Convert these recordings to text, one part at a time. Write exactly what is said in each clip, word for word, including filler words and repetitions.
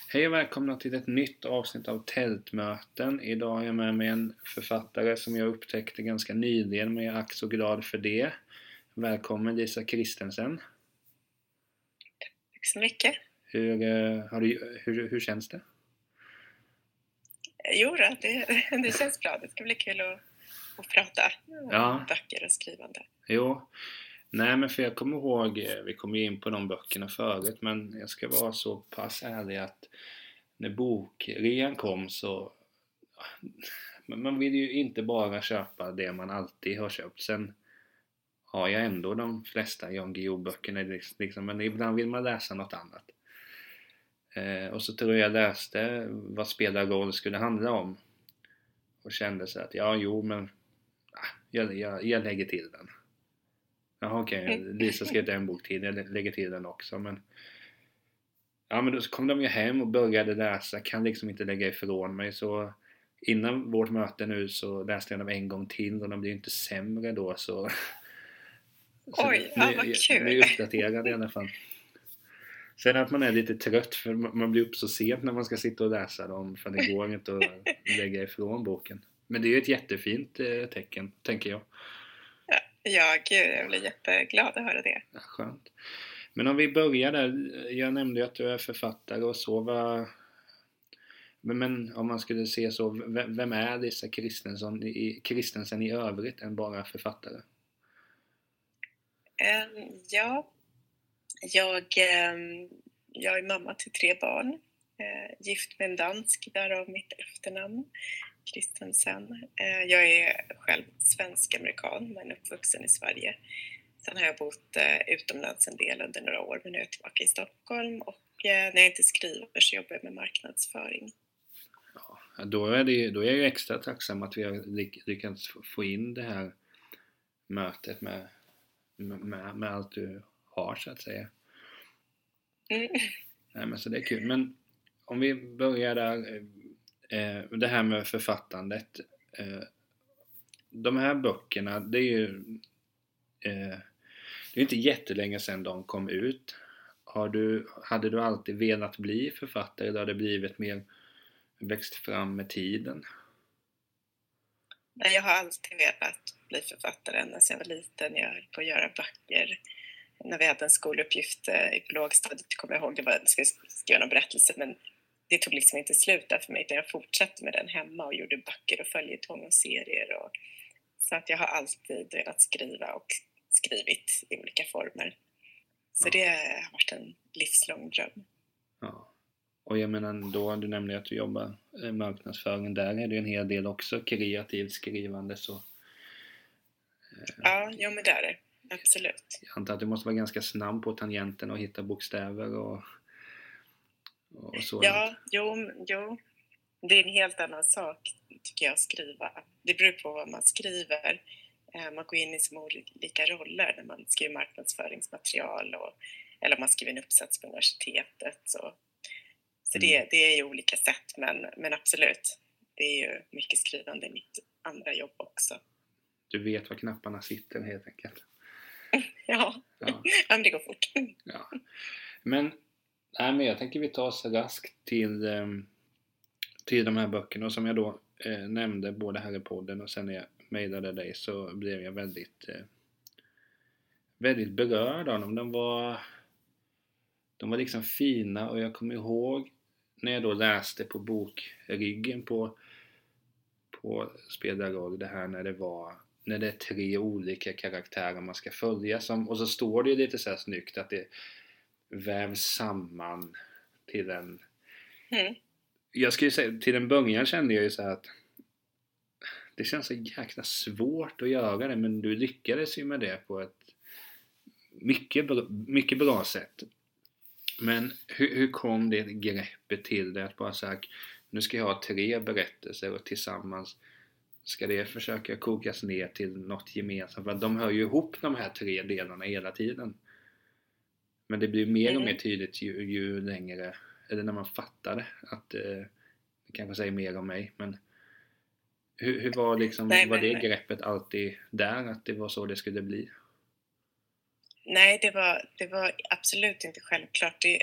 Hej och välkomna till ett nytt avsnitt av Tältmöten. Idag är jag med mig en författare som jag upptäckte ganska nyligen, men jag är ack så glad för det. Välkommen Lisa Christensen. Tack så mycket. Hur, har du, hur, hur känns det? Jo då, det, det känns bra. Det ska bli kul att, att prata om Ja. böcker och skrivande. Jo. Nej, men för jag kommer ihåg, vi kommer in på de böckerna förut, men jag ska vara så pass ärlig att när bokrean kom så man vill ju inte bara köpa det man alltid har köpt. Sen har jag ändå de flesta Jan Guillou-böckerna liksom, men ibland vill man läsa något annat. Eh, och så tror jag läste vad spelarroll skulle handla om och kände så att ja, jo, men ah, jag, jag, jag lägger till den. Jaha, okej, okay. Lisa skrev en bok till, jag lägger till den också, men ja, men då kom de ju hem och började läsa, kan liksom inte lägga ifrån mig, så innan vårt möte nu så läste jag dem en gång till och de blir inte sämre då, så, så oj, ja, vad kul. Nu är uppdaterad i alla fall. Sen att man är lite trött för man blir upp så sent när man ska sitta och läsa dem, för det går inte att lägga ifrån boken. Men det är ju ett jättefint eh, tecken, tänker jag. Ja, ja, gud, jag blir jätteglad att höra det. Ja, skönt. Men om vi börjar där, jag nämnde ju att du är författare och så, var, men, men om man skulle se så, vem är Lisa Christensen i, Christensen i övrigt än bara författare? Um, ja, jag, um, jag är mamma till tre barn, uh, gift med en dansk, därav mitt efternamn, Christensen. Uh, jag är själv svensk-amerikan men uppvuxen i Sverige. Sen har jag bott eh, utomlands en del under några år, men nu är jag tillbaka i Stockholm och eh, när jag inte skriver så jobbar jag med marknadsföring. Ja, då är, det, då är jag ju extra tacksam att vi har lyckats få in det här mötet med, med, med allt du har, så att säga. Mm. Nej, men så det är kul. Men om vi börjar där, eh, det här med författandet. Eh, de här böckerna, det är ju eh, det är inte jättelänge sedan de kom ut. Har du, hade du alltid velat bli författare eller har det blivit mer växt fram med tiden? Nej, jag har alltid velat bli författare när jag var liten. Jag höll på att göra böcker. När vi hade en skoluppgift på lågstadiet, kommer jag ihåg, det var att jag skulle skriva någon berättelse, men det tog liksom inte slut där för mig, utan jag fortsatte med den hemma och gjorde böcker och följetong och serier. Och, så att jag har alltid velat skriva och skrivit i olika former. Så ja. Det har varit en livslång dröm. Ja. Och jag menar då, du nämnde att du jobbar i marknadsföringen, där är det en hel del också kreativt skrivande, så ja, ja men det är det, absolut. Jag antar att du måste vara ganska snabb på tangenten och hitta bokstäver och, och så. Ja, jo, jo, det är en helt annan sak tycker jag att skriva. Det beror på vad man skriver. Man går in i så olika roller när man skriver marknadsföringsmaterial och, eller om man skriver en uppsats på universitetet. Så, så det, mm. det är ju olika sätt, men, men absolut. Det är ju mycket skrivande i mitt andra jobb också. Du vet var knapparna sitter helt enkelt. Ja, ja. Men det går fort. Ja. Men, nej, men jag tänker vi tar oss raskt till, till de här böckerna. Och som jag då eh, nämnde både här i podden och sen när jag mejlade dig så blev jag väldigt eh, väldigt berörd av dem. De var, de var liksom fina och jag kommer ihåg när jag då läste på bokryggen på, på spelarroll det här när det var när det är tre olika karaktärer man ska följa som, och så står det ju lite så här snyggt att det vävs samman till en mm. jag skulle säga, till en början kände jag ju så här att det känns så jäkla svårt att göra det, men du lyckades ju med det på ett mycket bra, mycket bra sätt. Men hur, hur kom det greppet till det att bara säga nu ska jag ha tre berättelser och tillsammans ska det försöka kokas ner till något gemensamt, för att de hör ju ihop de här tre delarna hela tiden. Men det blir mer och mer tydligt ju, ju längre, eller när man fattar det, att eh, det kanske säger mer om mig, men hur, hur var liksom, nej, var det nej. greppet alltid där, att det var så det skulle bli? Nej, det var, det var absolut inte självklart. Det,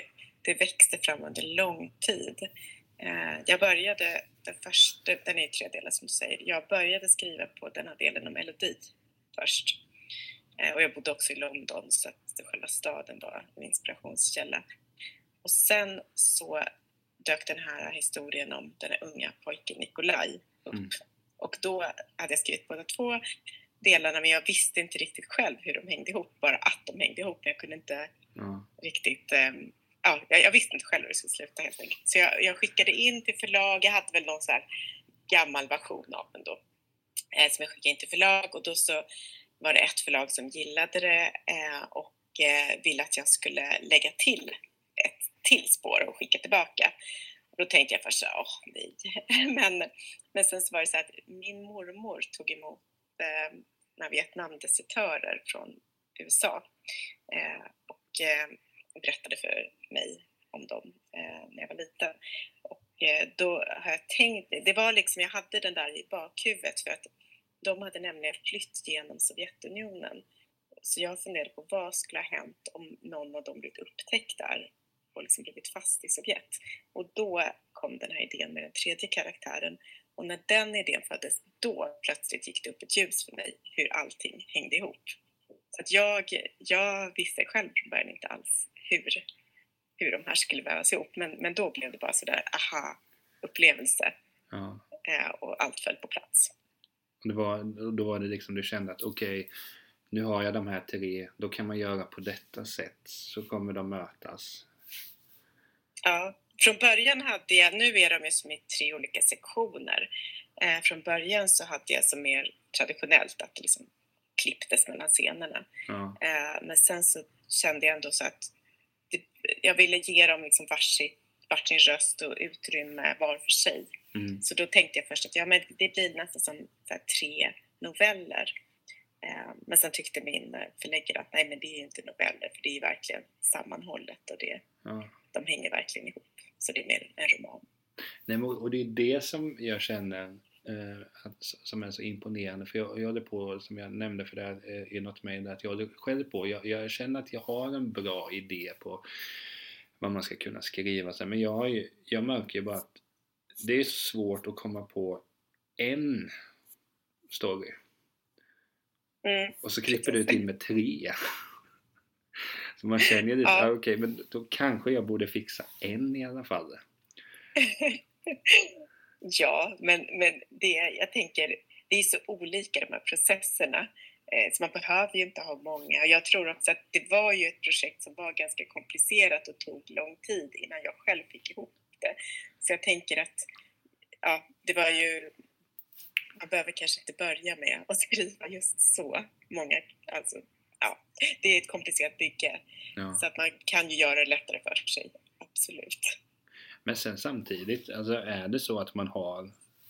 det växte fram under lång tid. Eh, jag började, den första, den är i tre delar som du säger, jag började skriva på den här delen om melodi först. Eh, och jag bodde också i London så att själva staden var en inspirationskälla. Och sen så dök den här historien om den här unga pojken Nikolaj upp. Mm. Och då hade jag skrivit båda två delarna, men jag visste inte riktigt själv hur de hängde ihop, bara att de hängde ihop, men jag kunde inte mm. riktigt, um, ja, jag, jag visste inte själv hur det skulle sluta helt enkelt. Så jag, jag skickade in till förlag, jag hade väl någon så här gammal version av den då, eh, som jag skickade in till förlag, och då så var det ett förlag som gillade det eh, och eh, ville att jag skulle lägga till ett till spår och skicka tillbaka. Och då tänkte jag först så, åh nej. men, men sen så var det så att min mormor tog emot eh, några Vietnamdesertörer från U S A eh, och eh, berättade för mig om dem eh, när jag var liten. Och eh, då har jag tänkt, det var liksom, jag hade den där i bakhuvudet för att de hade nämligen flytt genom Sovjetunionen. Så jag funderade på vad skulle ha hänt om någon av dem blivit upptäckt där och liksom blivit fast i Sovjet. Och då kom den här idén med den tredje karaktären. Och när den idén föddes, då plötsligt gick det upp ett ljus för mig hur allting hängde ihop. Så att jag, jag visste själv från början inte alls hur, hur de här skulle vävas ihop. Men, men då blev det bara sådär aha-upplevelse. Ja. Eh, och allt föll på plats. Det var, då var det liksom du kände att okej, okay, nu har jag de här tre, då kan man göra på detta sätt, så kommer de mötas. Ja, från början hade jag, nu är de ju som i tre olika sektioner. Eh, från början så hade jag som mer traditionellt att det liksom klipptes mellan scenerna. Ja. Eh, men sen så kände jag ändå så att det, jag ville ge dem liksom varsitt, varsin röst och utrymme var för sig. Mm. Så då tänkte jag först att ja, men det blir nästan som så här, tre noveller. Eh, men sen tyckte min förläggare att nej, men det är ju inte noveller, för det är ju verkligen sammanhållet och det, ja. de hänger verkligen ihop. Så det är mer en roman. Nej, och det är det som jag känner eh, att, som är så imponerande. För jag, jag håller på, som jag nämnde för det här eh, i något med att jag håller själv på. Jag, jag känner att jag har en bra idé på vad man ska kunna skriva. Men jag, har ju, jag märker ju bara att det är svårt att komma på en story. Mm. Och så klipper du in med tre. Så man känner ju lite, ja. ah, okej, okay, men då kanske jag borde fixa en i alla fall. Ja, men, men det, jag tänker, det är så olika de här processerna. Eh, så man behöver ju inte ha många. Jag tror också att det var ju ett projekt som var ganska komplicerat och tog lång tid innan jag själv fick ihop det. Så jag tänker att ja, det var ju, man behöver kanske inte börja med att skriva just så många, alltså ja, det är ett komplicerat bygge. Ja. Så att man kan ju göra det lättare för sig, absolut. Men sen samtidigt, alltså är det så att man har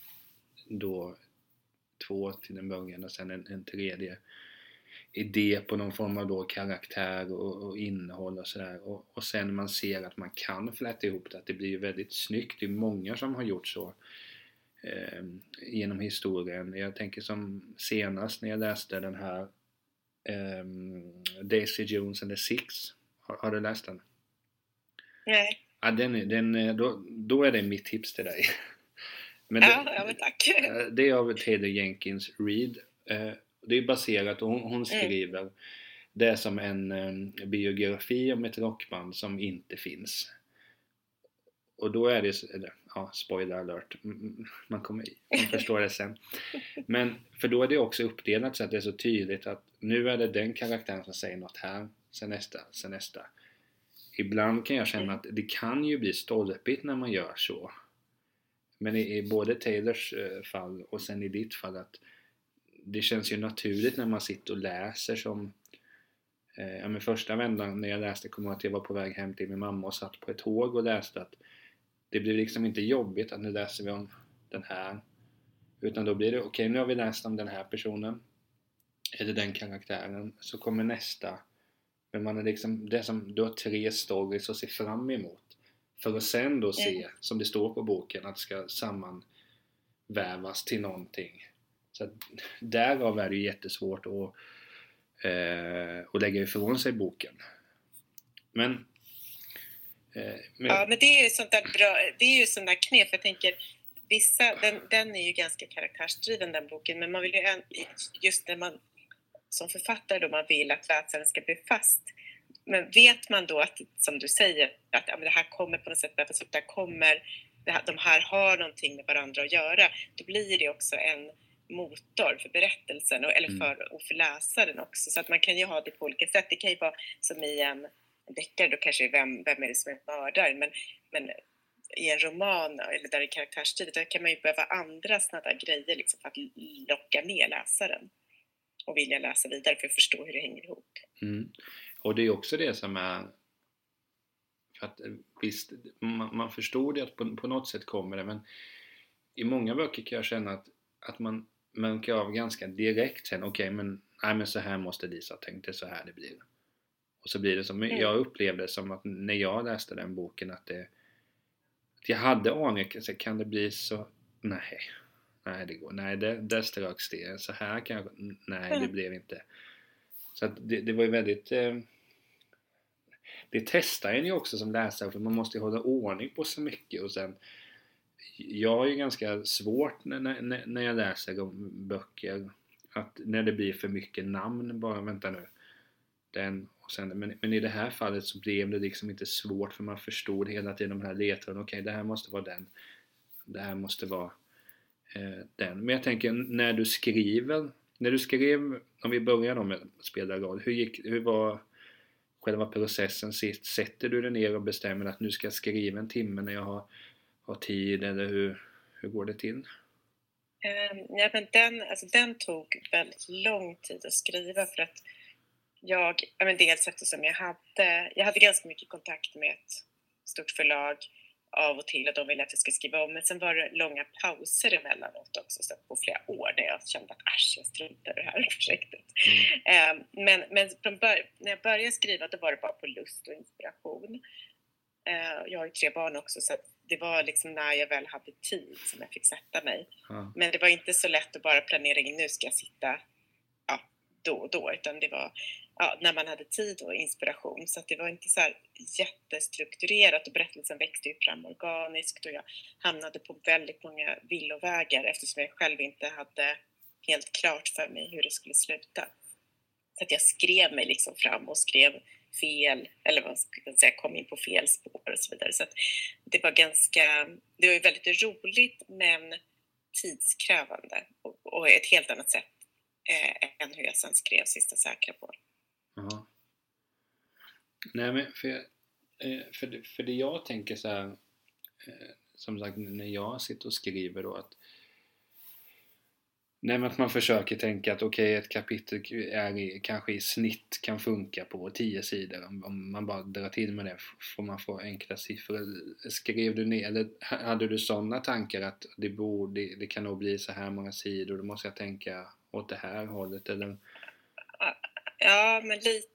då två till en början och sen en, en tredje idé på någon form av då karaktär och, och innehåll och sådär, och, och sen man ser att man kan fläta ihop det, att det blir väldigt snyggt. Det är många som har gjort så eh, genom historien. Jag tänker som senast när jag läste den här eh, Daisy Jones and the Six. Har, har du läst den? Nej. Ja, den, den, då, då är det mitt tips till dig. Men ja, det, ja, men tack. Det är av Taylor Jenkins Reid. Det är baserat, och hon, hon skriver mm. det är som en um, biografi om ett rockband som inte finns. Och då är det, eller, ja, spoiler alert, man kommer man förstår det sen. Men för då är det också uppdelat så att det är så tydligt att nu är det den karaktären som säger något här, sen nästa, sen nästa. Ibland kan jag känna att det kan ju bli stolpigt när man gör så. Men i, i både Taylors eh, fall och sen i ditt fall att det känns ju naturligt när man sitter och läser som eh, ja, men första vändan när jag läste, kommer jag att jag var på väg hem till min mamma och satt på ett tåg och läste, att det blir liksom inte jobbigt att nu läser vi om den här, utan då blir det okej, okay, nu har vi läst om den här personen eller den karaktären, så kommer nästa. Men man är liksom, det är som, du har tre stories att se fram emot. För att sen då se, mm. som det står på boken, att det ska sammanvävas till någonting. Så att därav är det ju jättesvårt att, eh, att lägga ifrån sig boken. Men Eh, men... Ja, men det är ju sånt där bra, det är ju sån där knep, jag tänker vissa, den, den är ju ganska karaktärsdriven den boken, men man vill ju just när man som författare då man vill att läsaren ska bli fast. Men vet man då att, som du säger, att ja, men det här kommer på något sätt, att det här kommer, det här, de här har någonting med varandra att göra, då blir det också en motor för berättelsen och, eller för, och för läsaren också. Så att man kan ju ha det på olika sätt. Det kan ju vara som i en deckare, då kanske vem, vem är det som är mördaren, men, men i en roman eller där det är karaktärsdrivet, där kan man ju behöva andra sådana där grejer liksom, för att locka med läsaren och vilja läsa vidare för att förstå hur det hänger ihop. Mm. Och det är också det som är, för att visst, man, man förstår det att på, på något sätt kommer det, men i många böcker kan jag känna att, att man märker av ganska direkt sen, okej, okay, men, nej, men så här måste Lisa ha tänkt, det är så här det blir. Och så blir det som, mm. jag upplevde det som att när jag läste den boken att det, att jag hade aning, så kan det bli så, nej, nej det går, nej det, det ströks det, så här kanske, nej det mm. blev inte. Så att det, det var ju väldigt, eh, det testar en ju också som läsare, för man måste ju hålla ordning på så mycket. Och sen, jag har ju ganska svårt när, när, när jag läser om böcker, att när det blir för mycket namn, bara vänta nu, den och sen, men, men i det här fallet så blev det liksom inte svårt, för man förstod hela tiden de här ledtrådarna, okej, okay, det här måste vara den, det här måste vara eh, den. Men jag tänker, när du skriver, när du skrev, om vi börjar då med spela roll, hur gick, hur var själva processen sist? Sätter du dig ner och bestämmer att nu ska jag skriva en timme när jag har, har tid, eller hur, hur går det till? Um, ja, men den, alltså, den tog väldigt lång tid att skriva, för att jag, ja, men dels eftersom jag hade, jag hade ganska mycket kontakt med ett stort förlag av och till, och de ville att jag skulle skriva om, men sen var det långa pauser emellanåt också, så på flera år där jag kände att äsch, jag struntar i det här projektet. Mm. Um, men men från bör- när jag började skriva, då var det bara på lust och inspiration. Uh, jag har ju tre barn också, så att det var liksom när jag väl hade tid som jag fick sätta mig. Mm. Men det var inte så lätt att bara planera in, nu ska jag sitta ja, då och då, utan det var ja, när man hade tid och inspiration. Så att det var inte så här jättestrukturerat, och berättelsen växte ju fram organiskt, och jag hamnade på väldigt många villovägar eftersom jag själv inte hade helt klart för mig hur det skulle sluta. Så att jag skrev mig liksom fram och skrev fel, eller vad ska jag säga, kom in på fel spår och så vidare. Så att det var ganska, det var ju väldigt roligt men tidskrävande, och, och ett helt annat sätt eh, än hur jag sen skrev Sista säkra på. Ja. Nej, men för, för, det, för det jag tänker så här, som sagt, när jag sitter och skriver då, att nej, men att man försöker tänka att okej, okay, ett kapitel är i, kanske i snitt kan funka på tio sidor, om, om man bara drar till med det får man få enkla siffror. Skrev du ner, eller hade du sådana tankar att det, borde, det kan nog bli så här många sidor, då måste jag tänka åt det här hållet, eller? Ja, men lite.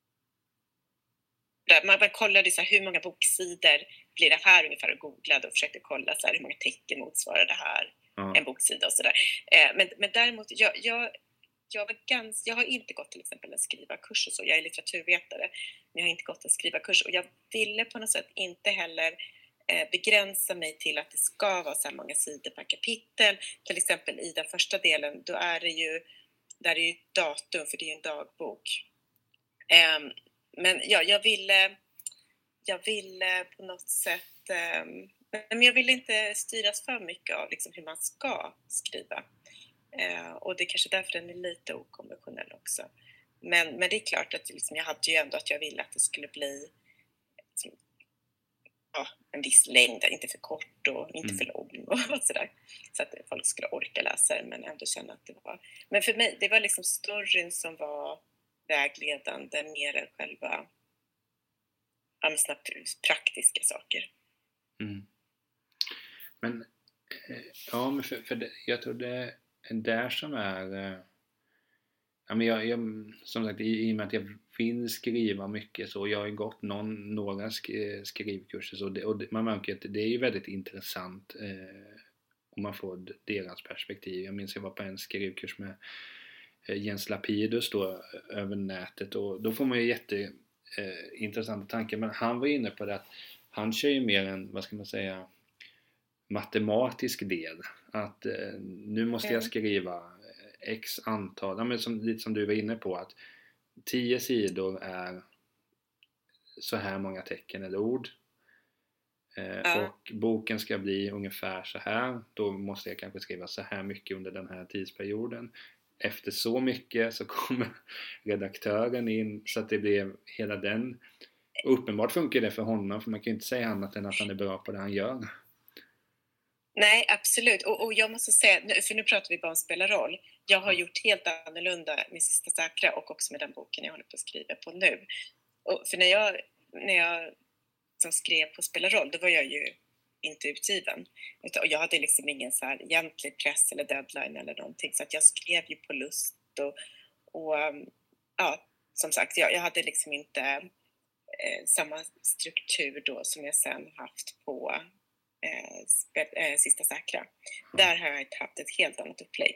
Man, man kollade så här, hur många boksidor blir det här ungefär, och googlade och försökte kolla så här, hur många tecken motsvarar det här, ja. En boksida och sådär. Eh, men, men däremot, jag, jag, jag, var gans, jag har inte gått till exempel en skrivarkurs och så. Jag är litteraturvetare, men jag har inte gått en skrivarkurs. Och jag ville på något sätt inte heller eh, begränsa mig till att det ska vara så här många sidor per kapitel. Till exempel i den första delen, då är det ju, där är ju datum, för det är ju en dagbok. Eh, Men ja, jag ville, jag ville på något sätt, eh, men jag ville inte styras för mycket av liksom hur man ska skriva. Eh, och det är kanske därför den är lite okonventionell också. Men, men det är klart att liksom, jag hade ju ändå att jag ville att det skulle bli liksom, ja, en viss längd, inte för kort och inte mm. för lång och sådär. Så att folk skulle orka läsa det, men ändå känna att det var... Men för mig, det var liksom storyn som var vägledande mer än själva praktiska saker. Mm. Men ja, men för, för det, jag tror det är där som är ja, men jag, jag, som sagt, i, i och med att jag vill skriva mycket, så jag har gått någon, några sk, skrivkurser, så det, och det, man märker att det är ju väldigt intressant eh, om man får deras perspektiv. Jag minns jag var på en skrivkurs med Jens Lapidus då, över nätet, och då får man ju jätteintressanta eh, tankar, men han var inne på det att han kör ju mer en, vad ska man säga, matematisk del. Att eh, nu måste jag skriva x antal, ja, men som, lite som du var inne på, att tio sidor är så här många tecken eller ord. Eh, Ja. Och boken ska bli ungefär så här. Då måste jag kanske skriva så här mycket under den här tidsperioden. Efter så mycket så kommer redaktören in, så att det blir hela den. Uppenbart funkar det för honom, för man kan ju inte säga annat än att han är bra på det han gör. Nej, absolut. Och, och jag måste säga, nu- för nu pratar vi bara om spela roll. Jag har gjort helt annorlunda med Sista säkra och också med den boken jag håller på att skriva på nu. Och för när jag, när jag som skrev på spela roll, då var jag ju inte utgiven. Utan, och jag hade liksom ingen så här egentlig press eller deadline eller någonting. Så att jag skrev ju på lust och, och um, ja, som sagt, jag, jag hade liksom inte eh, samma struktur då som jag sen haft på eh, spel, eh, Sista säkra. Där har jag haft ett helt annat upplägg.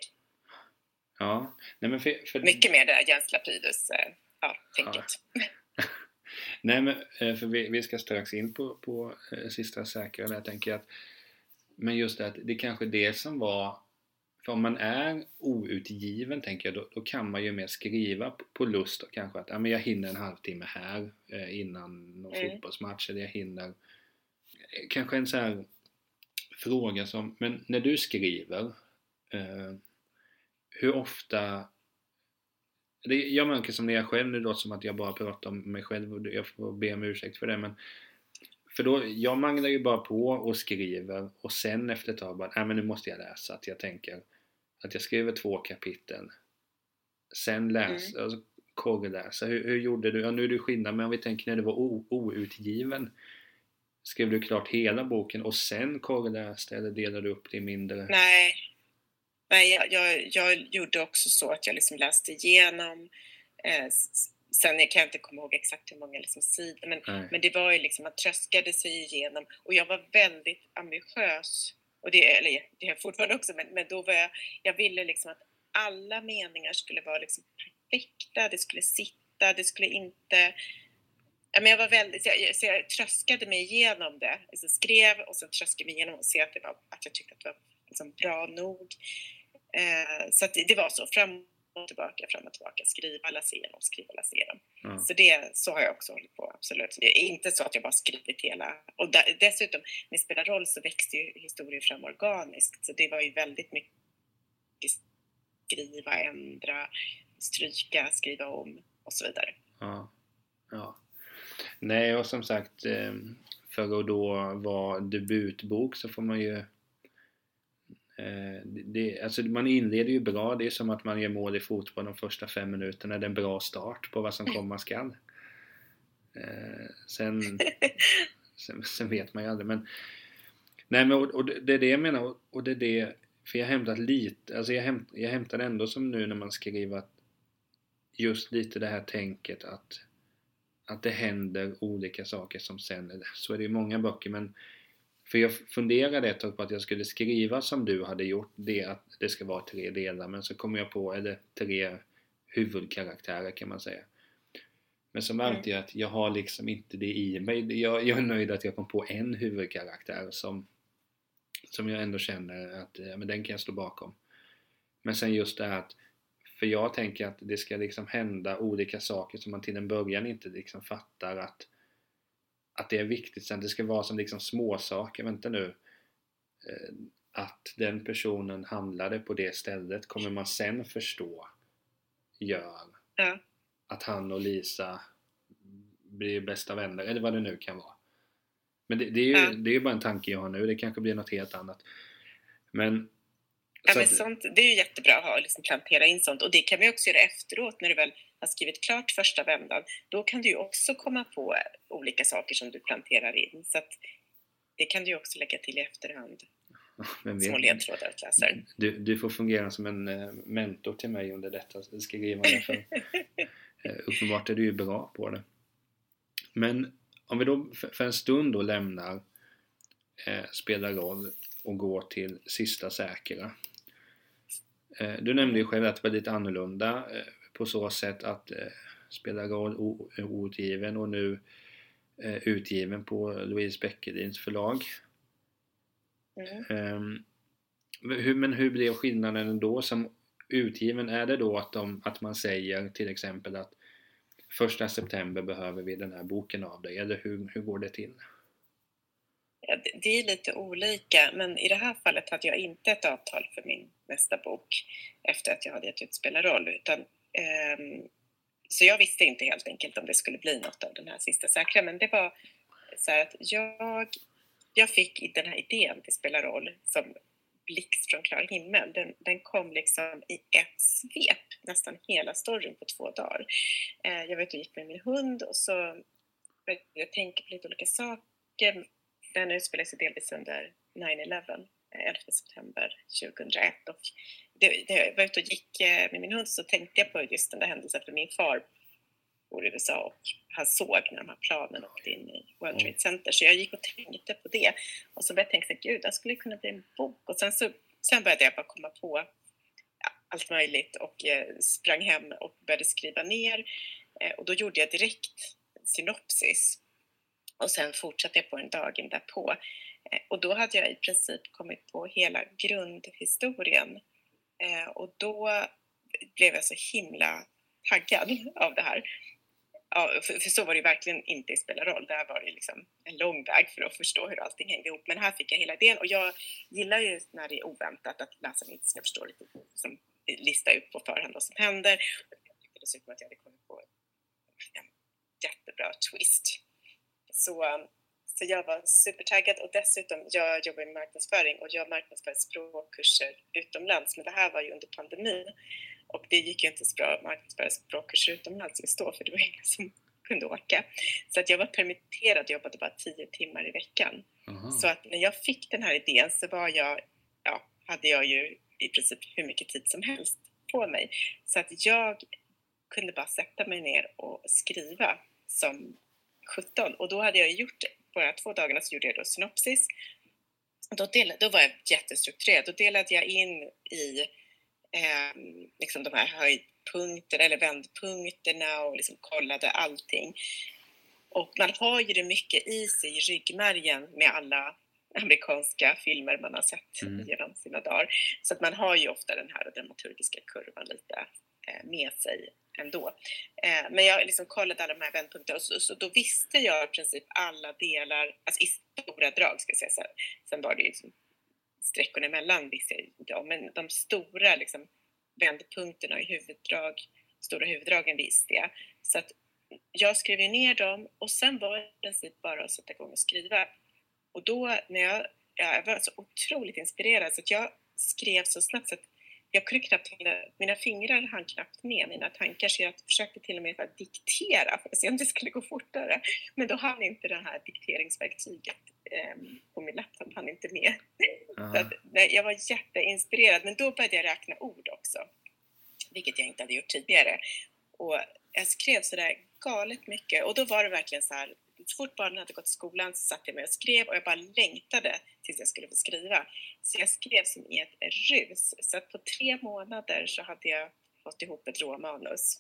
Ja, nej men för, för... Mycket mer det där Jens Lapidus eh, ja, tänket. Ja. Nej, men för vi, vi ska strax in på, på eh, Sista säkra, där jag tänker att, men just det att det kanske det som var, för om man är outgiven, tänker jag, då, då kan man ju mer skriva på, på lust och kanske att ja, men jag hinner en halvtimme här eh, innan någon mm. fotbollsmatch, eller jag hinner eh, kanske en så här fråga som, men när du skriver eh, hur ofta, det, jag märker som när jag själv, nu låter som att jag bara pratar om mig själv och jag får be om ursäkt för det, men för då, jag manglar ju bara på och skriver och sen efter ett tag bara, nej men nu måste jag läsa, att jag tänker att jag skriver två kapitel, sen läsa, mm. alltså korreläsa. Hur, hur gjorde du? Ja, nu är det skillnad, men om vi tänker när du var o, outgiven, skrev du klart hela boken och sen korreläste, eller delade du upp det i mindre? Nej, Nej jag, jag, jag gjorde också så att jag liksom läste igenom, eh, sen kan jag inte komma ihåg exakt hur många liksom sidor, men, men det var ju liksom, man tröskade sig igenom, och jag var väldigt ambitiös, och det, eller det är jag fortfarande också, men, men då var jag, jag ville liksom att alla meningar skulle vara liksom perfekta, det skulle sitta, det skulle inte, ja, men jag var väldigt, så jag, så jag tröskade mig igenom det, alltså skrev och sen tröskade mig igenom och se att, det var, att jag tyckte att det var liksom bra nog, eh, så att det, det var så, fram och tillbaka, fram och tillbaka, skriva, läsa igenom, skriva, läsa igenom. Mm. Så det, så har jag också hållit på, absolut. Det är inte så att jag bara skrivit hela, och där, dessutom, med Spela roll så växte ju historien fram organiskt, så det var ju väldigt mycket skriva, ändra, stryka, skriva om och så vidare. Ja, ja. Nej, och som sagt, för att då vara debutbok så får man ju det, alltså man inleder ju bra, det är som att man gör mål i fotboll de första fem minuterna, det är en bra start på vad som komma skall. Sen, sen, sen vet man ju aldrig, men nej, men och, och det är det jag menar, och det är det, för jag har hämtat lite, alltså jag, hämt, jag hämtar ändå som nu när man skriver att just lite det här tänket att att det händer olika saker som sen, så är det ju många böcker, men för jag funderade ett tag på att jag skulle skriva som du hade gjort, det att det ska vara tre delar, men så kom jag på, eller tre huvudkaraktärer kan man säga. Men så märkte jag att jag har liksom inte det i mig. Jag, jag är nöjd att jag kom på en huvudkaraktär som, som jag ändå känner att ja, men den kan jag stå bakom. Men sen just det här att, för jag tänker att det ska liksom hända olika saker som man till en början inte liksom fattar att att det är viktigt. Sen det ska vara som liksom små saker. Vänta nu, att den personen handlade på det stället kommer man sen förstå gör ja. Att han och Lisa blir bästa vänner, eller vad det nu kan vara. Men det, det är ju ja. Det är ju bara en tanke jag har nu. Det kanske blir något helt annat. Men ja, men att, sånt, det är ju jättebra att ha, liksom plantera in sånt, och det kan vi också göra efteråt när du väl har skrivit klart första vändan. Då kan du ju också komma på olika saker som du planterar in, så att det kan du ju också lägga till i efterhand. Men små ledtrådar att läsa. Du, du får fungera som en uh, mentor till mig under detta skrivande, för uh, uppenbart är du ju bra på det. Men om vi då för, för en stund då lämnar uh, Spela roll och går till Sista säkra. Uh, du nämnde ju själv att det var lite annorlunda uh, på så sätt att uh, Spela roll outgiven, och nu eh, utgiven på Louise Bäckerlins förlag. Mm. Um, hur, men hur blir skillnaden då som utgiven? Är det då att, de, att man säger till exempel att första september behöver vi den här boken av dig, eller hur, hur går det till? Ja, det, det är lite olika, men i det här fallet hade jag inte ett avtal för min nästa bok efter att jag hade gett ut Spela roll, utan um, så jag visste inte helt enkelt om det skulle bli något av den här sista säkra, men det var så här att jag, jag fick den här idén till Spela roll som blixt från klar himmel. Den, den kom liksom i ett svep, nästan hela storyn på två dagar. Eh, jag vet att jag gick med min hund och så började jag tänka på lite olika saker. Den utspelar sig delvis under nio elva, elfte september tjugohundraett, och det, det, jag var ute och gick med min hund, så tänkte jag på just den där händelsen, för min far bor i U S A och han såg när de här planen åkte in i World Trade Center, så jag gick och tänkte på det, och så började jag tänka, gud, det skulle kunna bli en bok, och sen, så, sen började jag bara komma på ja, allt möjligt och eh, sprang hem och började skriva ner, eh, och då gjorde jag direkt synopsis. Och sen fortsatte jag på den dagen därpå. Och då hade jag i princip kommit på hela grundhistorien. Och då blev jag så himla taggad av det här. Ja, för, för så var det verkligen inte i Spela roll. Där var det liksom en lång väg för att förstå hur allting hängde ihop. Men här fick jag hela idén. Och jag gillar ju när det är oväntat att läsaren inte ska förstå lite, liksom, lista ut på förhand vad som händer. Jag tyckte dessutom att jag hade kommit på en jättebra twist. Så, så jag var supertaggad, och dessutom jag jobbar med marknadsföring och jag marknadsför språkkurser utomlands, men det här var ju under pandemin och det gick ju inte så bra att marknadsföra språkkurser utomlands just då, för det var ingen som kunde åka. Så att jag var permitterad och jobbade bara tio timmar i veckan. Uh-huh. Så att när jag fick den här idén så var jag, ja, hade jag ju i princip hur mycket tid som helst på mig. Så att jag kunde bara sätta mig ner och skriva som sjutton, och då hade jag gjort det. På de här två dagarna så gjorde jag då synopsis. Då, delade, då var jag jättestrukturerad. Då delade jag in i eh, liksom de här höjdpunkterna eller vändpunkterna och liksom kollade allting. Och man har ju det mycket i sig i ryggmärgen med alla amerikanska filmer man har sett mm. genom sina dagar. Så att man har ju ofta den här dramaturgiska kurvan lite eh, med sig ändå. Eh, men jag liksom kollade alla de här vändpunkterna, och så, så då visste jag i princip alla delar, alltså i stora drag ska jag säga. Så, sen var det ju liksom sträckorna emellan visste jag inte om, men de stora liksom vändpunkterna i huvuddrag, stora huvuddragen visste jag. Så att jag skrev ner dem, och sen var det i princip bara att sätta igång och skriva. Och då när jag, jag var så otroligt inspirerad så att jag skrev så snabbt så att jag kunde knappt, mina fingrar hann knappt med mina tankar, så jag försökte till och med att diktera för att se om det skulle gå fortare. Men då hann inte det här dikteringsverktyget eh, på min laptop hann inte med. Uh-huh. Så att, nej, jag var jätteinspirerad, men då började jag räkna ord också, vilket jag inte hade gjort tidigare. Och jag skrev sådär galet mycket, och då var det verkligen så här, så fort barnen hade gått till skolan så satt jag mig och skrev, och jag bara längtade tills jag skulle få skriva. Så jag skrev som i ett rus. Så att på tre månader så hade jag fått ihop ett råmanus.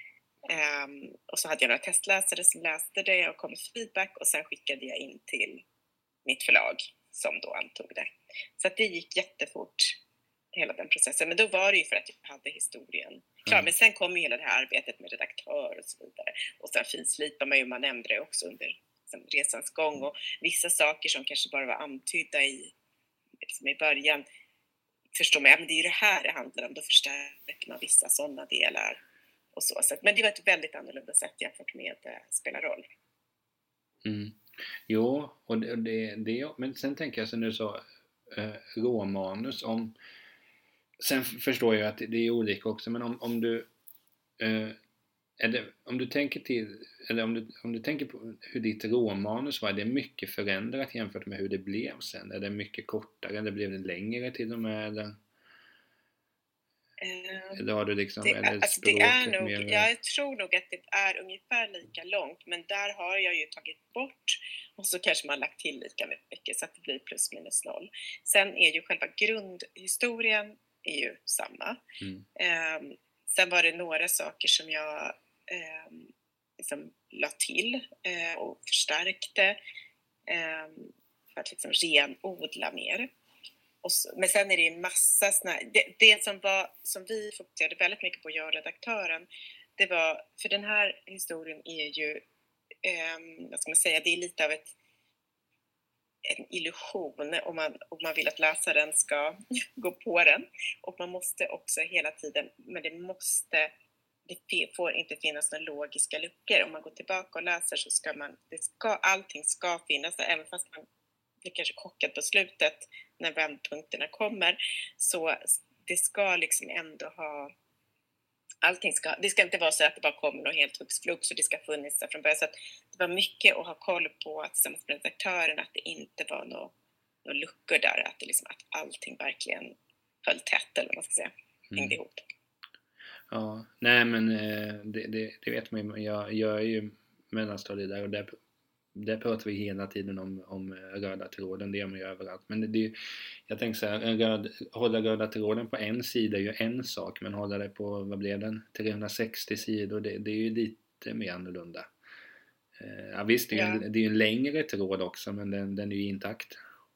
Um, och så hade jag några testläsare som läste det och kom med feedback, och sen skickade jag in till mitt förlag som då antog det. Så att det gick jättefort, hela den processen. Men då var det ju för att jag hade historien klar. Mm. Men sen kom ju hela det här arbetet med redaktör och så vidare. Och sen finslipar man ju, man nämnde det också under liksom, resans gång. Och vissa saker som kanske bara var antydda i, liksom, i början förstår man, ja, men det är ju det här det handlar om. Då förstärker man vissa sådana delar. Och så. Så, men det var ett väldigt annorlunda sätt jämfört med äh, Spela roll. Mm. Jo, och det, det, det, men sen tänker jag så nu så eh, råmanus om. Sen förstår jag att det är olika också, men om, om du eh, är det, om du tänker till, eller om du, om du tänker på hur ditt råmanus var, är det mycket förändrat jämfört med hur det blev sen? Är det mycket kortare, eller blev det längre till och med? Eller, uh, eller har du liksom, det, eller alltså det är nog, mer... jag tror nog att det är ungefär lika långt, men där har jag ju tagit bort, och så kanske man har lagt till lika mycket så att det blir plus minus noll. Sen är ju själva grundhistorien är ju samma. Mm. Um, sen var det några saker som jag um, liksom la till eh, och förstärkte eh, för att liksom renodla mer. Och så, men sen är det en massa såna, det, det som, var, som vi fokuserade väldigt mycket på, jag och redaktören, det var, för den här historien är ju, eh, vad ska man säga, det är lite av ett, en illusion om man, om man vill att läsaren ska gå på den. Och man måste också hela tiden, men det måste, det får inte finnas några logiska luckor. Om man går tillbaka och läser så ska man, det ska, allting ska finnas där, även fast man blir kanske chockad på slutet när vändpunkterna kommer. Så det ska liksom ändå ha, allting ska, det ska inte vara så att det bara kommer något helt hux flux och det ska funnits där från början. Så att det var mycket att ha koll på tillsammans med redaktören, att det inte var några några luckor där, att, det liksom, att allting verkligen höll tätt, eller vad man ska säga, hängde Mm. ihop. Ja, nej men eh, det, det, det vet man ju. Jag, jag är ju mellanstadiet där, och där, där pratar vi hela tiden om, om röda tråden. Det gör man ju överallt. Men det, det, jag tänker så här, en röd, hålla röda tråden på en sida är ju en sak, men hålla det på, vad blev den? trehundrasextio sidor, det, det är ju lite mer annorlunda. Eh, ja visst, det är ju Ja. en, det är ju en längre tråd också, men den, den är ju intakt.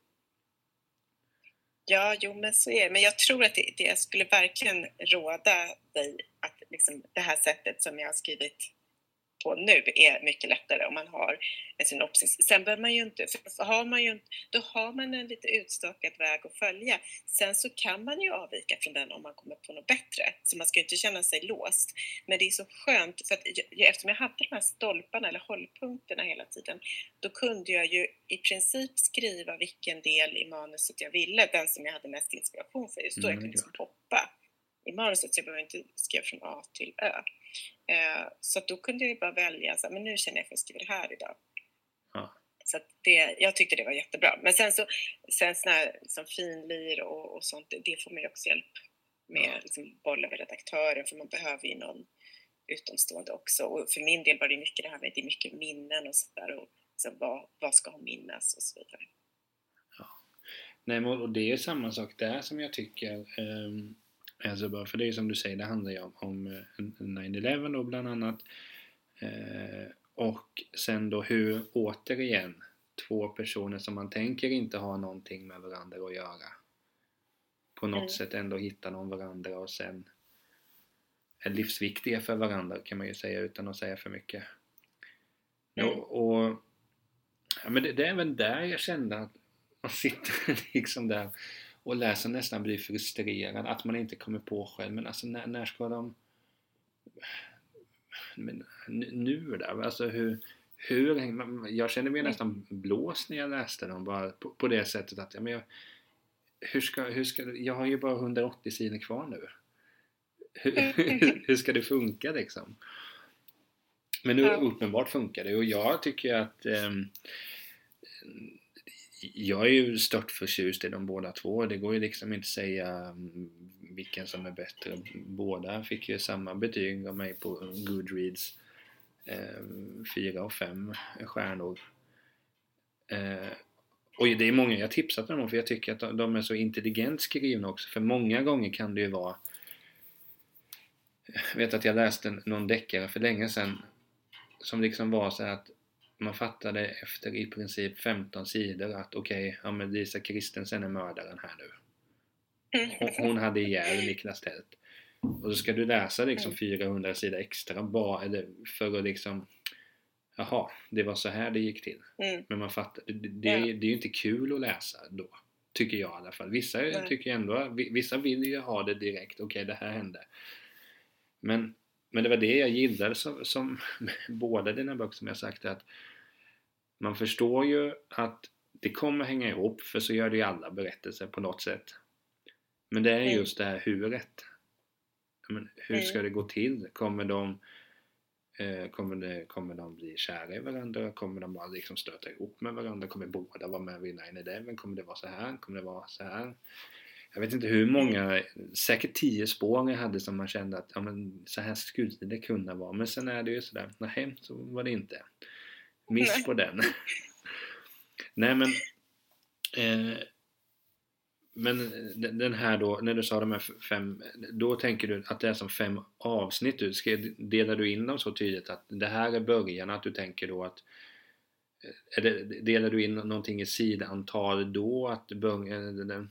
Ja, jo men så är det. Men jag tror att det, det jag skulle verkligen råda dig att liksom, det här sättet som jag har skrivit på nu är mycket lättare om man har en synopsis. Sen behöver man ju inte, för har man ju, då har man en lite utstakad väg att följa. Sen så kan man ju avvika från den om man kommer på något bättre. Så man ska ju inte känna sig låst. Men det är så skönt, för att jag, eftersom jag hade de här stolparna eller hållpunkterna hela tiden, då kunde jag ju i princip skriva vilken del i manuset jag ville, den som jag hade mest inspiration för. Just då Mm, jag kunde liksom hoppa i manuset, så jag behöver inte skriva från A till Ö. Eh, så då kunde jag ju bara välja, så, men nu känner jag för att skriva det här idag. Ja. Så att det, jag tyckte det var jättebra. Men sen så, sen såna här som finlir och, och sånt, det får man ju också hjälp med, Ja. liksom bolla med redaktören, för man behöver ju någon utomstående också. Och för min del var det mycket det här med, det är mycket minnen och sådär, och så vad, vad ska hon minnas och så vidare. Ja. Nej, men, och det är samma sak där som jag tycker, um, alltså bara, för det är som du säger, det handlar ju om, om nine eleven då bland annat, uh, och sen då hur, återigen, två personer som man tänker inte ha någonting med varandra att göra, på något Mm. sätt ändå hittar någon varandra och sen är livsviktiga för varandra, kan man ju säga utan att säga för mycket. Mm. Och, och ja, men det, det är även där jag kände att man sitter liksom där och läser, nästan blir frustrerad att man inte kommer på själv. Men alltså när, när ska de, men nu där, alltså hur, hur jag kände mig nästan blåst när jag läste dem, bara på, på det sättet att ja, men jag, hur ska, hur ska, jag har ju bara hundraåttio sidor kvar nu. Hur, hur ska det funka liksom? Men nu Ja. uppenbart funkar det, och jag tycker att eh, jag är ju stört förtjust i de båda två. Det går ju liksom inte säga vilken som är bättre. Båda fick ju samma betyg av mig på Goodreads, eh, fyra och fem stjärnor. Eh, och det är många jag tipsat om, för jag tycker att de är så intelligent skrivna också. För många gånger kan det ju vara, jag vet att jag läste någon deckare för länge sedan som liksom var så att man fattade efter i princip femton sidor att okej, okay, ja men Lisa Christensen är mördaren här nu. Hon, hon hade ihjäl Niklas Tält. Och så ska du läsa liksom fyrahundra sidor extra bara, eller för att liksom, jaha, det var så här det gick till. Mm. Men man fattar, det, det, är, det är ju inte kul att läsa då, tycker jag i alla fall. Vissa Nej. tycker ändå, vissa vill ju ha det direkt, okej okay, det här hände. Men, men det var det jag gillade som, som båda dina böcker, som jag sagt, att man förstår ju att det kommer hänga ihop, för så gör det ju alla berättelser på något sätt. Men det är just det här huret. Men hur ska det gå till? Kommer de, eh, kommer, det, kommer de bli kära i varandra? Kommer de bara liksom stöta ihop med varandra? Kommer båda vara med vid nine eleven? Kommer det vara så här? Kommer det vara så här? Jag vet inte hur många, säkert tio spår jag hade som man kände att ja, men så här skulle det kunna vara. Men sen är det ju sådär, nej, så var det inte. Miss på den. Nej men eh, Men den här då, när du sa de här fem, då tänker du att det är som fem avsnitt. Du ska, delar du in dem så tydligt att det här är början, att du tänker då att är det, delar du in någonting i sidantal då, att början, den,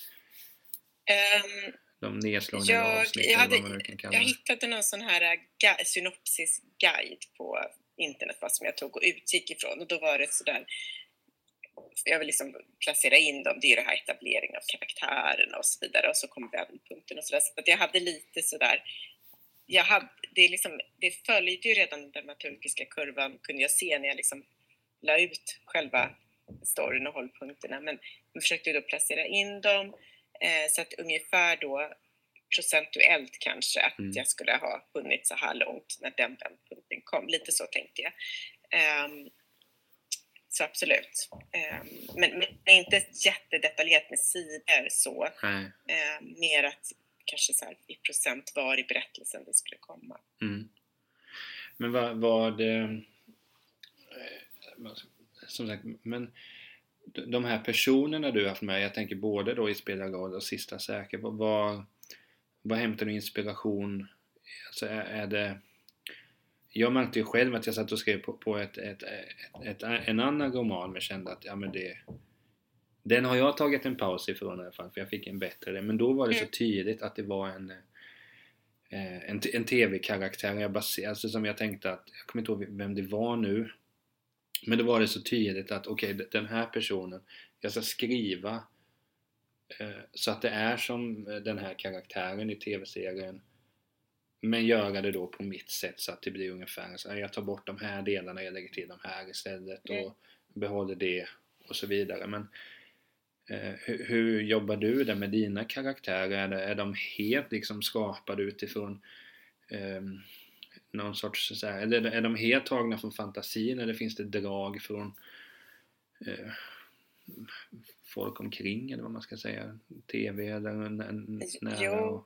Um, de nedslagna jag, avsnitten, jag, hade, vad man nu kan kalla jag det. hittade någon sån här ga- synopsisguide på internet, vad som jag tog och utgick ifrån, och då var det sådär, jag vill liksom placera in dem, det är det här etableringen av karaktärerna och så vidare, och så kommer vändpunkten och sådär, så att jag hade lite sådär, jag hade, det, liksom, det följde ju redan den dramaturgiska kurvan, kunde jag se när jag liksom la ut själva storyn och hållpunkterna, men jag försökte då placera in dem eh, så att ungefär då procentuellt kanske att mm. jag skulle ha hunnit så här långt när den vändpunkten kom, lite så tänkte jag. Um, så absolut. Um, men, men inte jättedetaljerat med sidor så. Um, mer att kanske så här i procent var i berättelsen det skulle komma. Mm. Men vad, vad eh, som sagt, men de här personerna du har haft med, jag tänker både då i Spelargård och Sista Säker, vad, vad, vad hämtar du inspiration? Alltså är, är det, jag märkte ju själv att jag satt och skrev på, på ett, ett, ett, ett, en annan roman, men kände att ja, men det, den har jag tagit en paus ifrån i alla fall, för jag fick en bättre, men då var det så tydligt att det var en en, en tv-karaktär jag baser, alltså som jag tänkte att, jag kommer inte ihåg vem det var nu, men då var det så tydligt att okej, okay, den här personen, jag ska skriva eh, så att det är som den här karaktären i tv-serien, men göra det då på mitt sätt så att det blir ungefär så här, jag tar bort de här delarna, jag lägger till de här istället och mm. behåller det och så vidare. Men eh, hur, hur jobbar du där med dina karaktärer? Är, det, är de helt liksom skapade utifrån eh, någon sorts så här, eller är de helt tagna från fantasin, eller finns det drag från eh, folk omkring, eller vad man ska säga, tv eller en, en, nära och...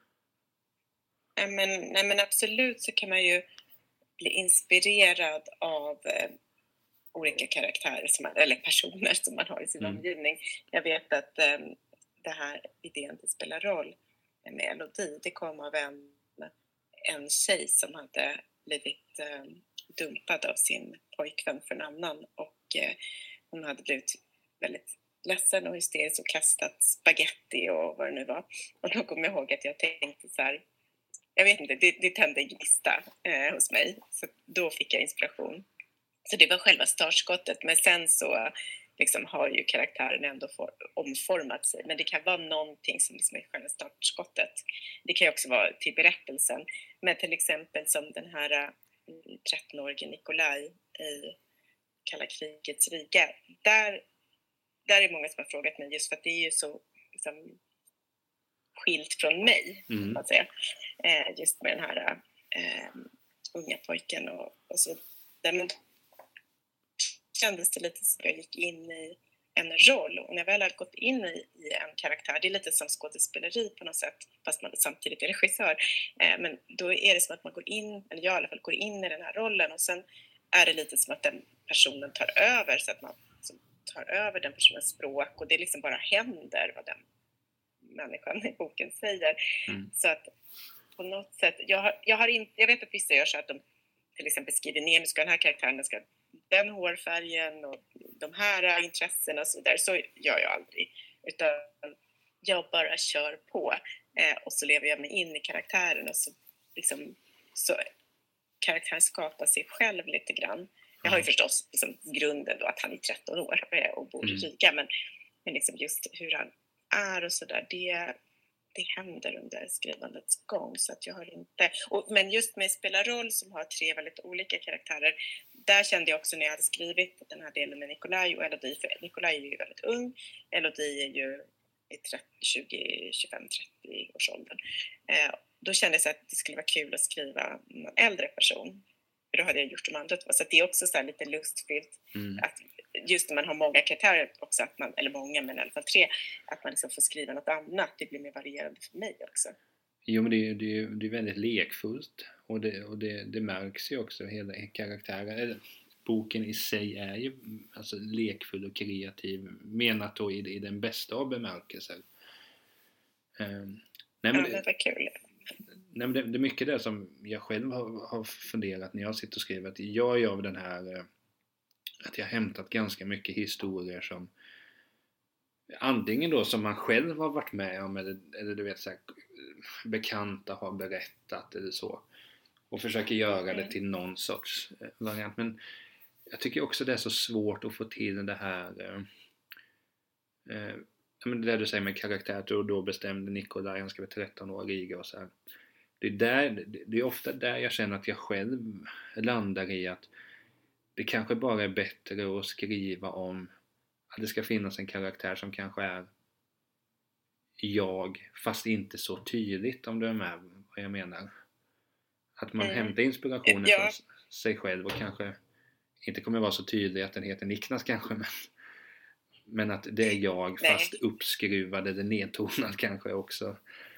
Nej men, nej men absolut så kan man ju bli inspirerad av eh, olika karaktärer som man, eller personer som man har i sin mm. omgivning. Jag vet att eh, det här idén det spelar roll med Elodie, det kom av en, en tjej som hade blivit eh, dumpad av sin pojkvän för en annan, och eh, hon hade blivit väldigt ledsen och hysterisk och kastat spaghetti och vad det nu var. Och då kommer jag ihåg att jag tänkte så här, jag vet inte, det, det tände en gnista eh, hos mig. Så då fick jag inspiration. Så det var själva startskottet. Men sen så liksom har ju karaktären ändå for, omformat sig. Men det kan vara någonting som liksom är själva startskottet. Det kan ju också vara till berättelsen. Men till exempel som den här äh, tretton-årige Nikolaj i Kalla krigets Riga. Där, där är många som har frågat mig, just för att det är ju så... Liksom, skilt från mig, mm. att säga. Eh, just med den här eh, unga pojken och, och så där. Men kändes det lite som jag gick in i en roll, och när jag väl har gått in i, i en karaktär, det är lite som skådespeleri på något sätt, fast man samtidigt är regissör, eh, men då är det som att man går in, eller jag i alla fall går in i den här rollen, och sen är det lite som att den personen tar över, så att man liksom tar över den personens språk, och det liksom bara händer vad den människan i boken säger. Mm. Så att på något sätt, jag, har, jag, har inte, jag vet att vissa gör så att de till exempel skriver ner, nu ska den här karaktären, den ska den hårfärgen och de här intressena och så vidare. Så gör jag aldrig, utan jag bara kör på eh, och så lever jag mig in i karaktären, och så, liksom, så karaktären skapar sig själv lite grann. Jag har ju förstås liksom, grunden då att han är tretton år och bor i Riga, men, men liksom just hur han är och sådär, det, det händer under skrivandets gång, så att jag har inte, och, men just med Spela roll som har tre väldigt olika karaktärer, där kände jag också när jag hade skrivit den här delen med Nikolaj och Elodie, för Nikolaj är ju väldigt ung, Elodie är ju i tjugo, tjugofem, trettio års åldern, eh, då kände jag så att det skulle vara kul att skriva en äldre person, för då hade jag gjort de andra två, så att det är också så här lite lustfyllt mm. att just när man har många karaktärer också, att man, eller många men i alla fall tre, att man liksom får skriva något annat, det blir mer varierande för mig också. Jo, men det är, det är, det är väldigt lekfullt, och det, och det, det märks ju också hela karaktären, eller boken i sig är ju alltså lekfull och kreativ, menat då i, i den bästa av bemärkelser. Um, nej, men, ja, men vad kul. Nej, men det, det är mycket det som jag själv har, har funderat när jag sitter och skriver, att jag är av den här eh, att jag har hämtat ganska mycket historier som antingen då som man själv har varit med om eller, eller du vet så här, bekanta har berättat eller så, och försöker göra det till någon sorts variant. Men jag tycker också det är så svårt att få till det här eh, eh, men det där du säger med karaktär, och då bestämde Nikolaj, han ska vara tretton år, Riga och så här. Det är, där, det är ofta där jag känner att jag själv landar i att det kanske bara är bättre att skriva om att det ska finnas en karaktär som kanske är jag, fast inte så tydligt, om du är med vad jag menar. Att man mm. hämtar inspirationen ja. från sig själv och kanske inte kommer vara så tydlig att den heter Niklas kanske, men, men att det är jag, Nej. fast uppskruvad eller nedtonad kanske också.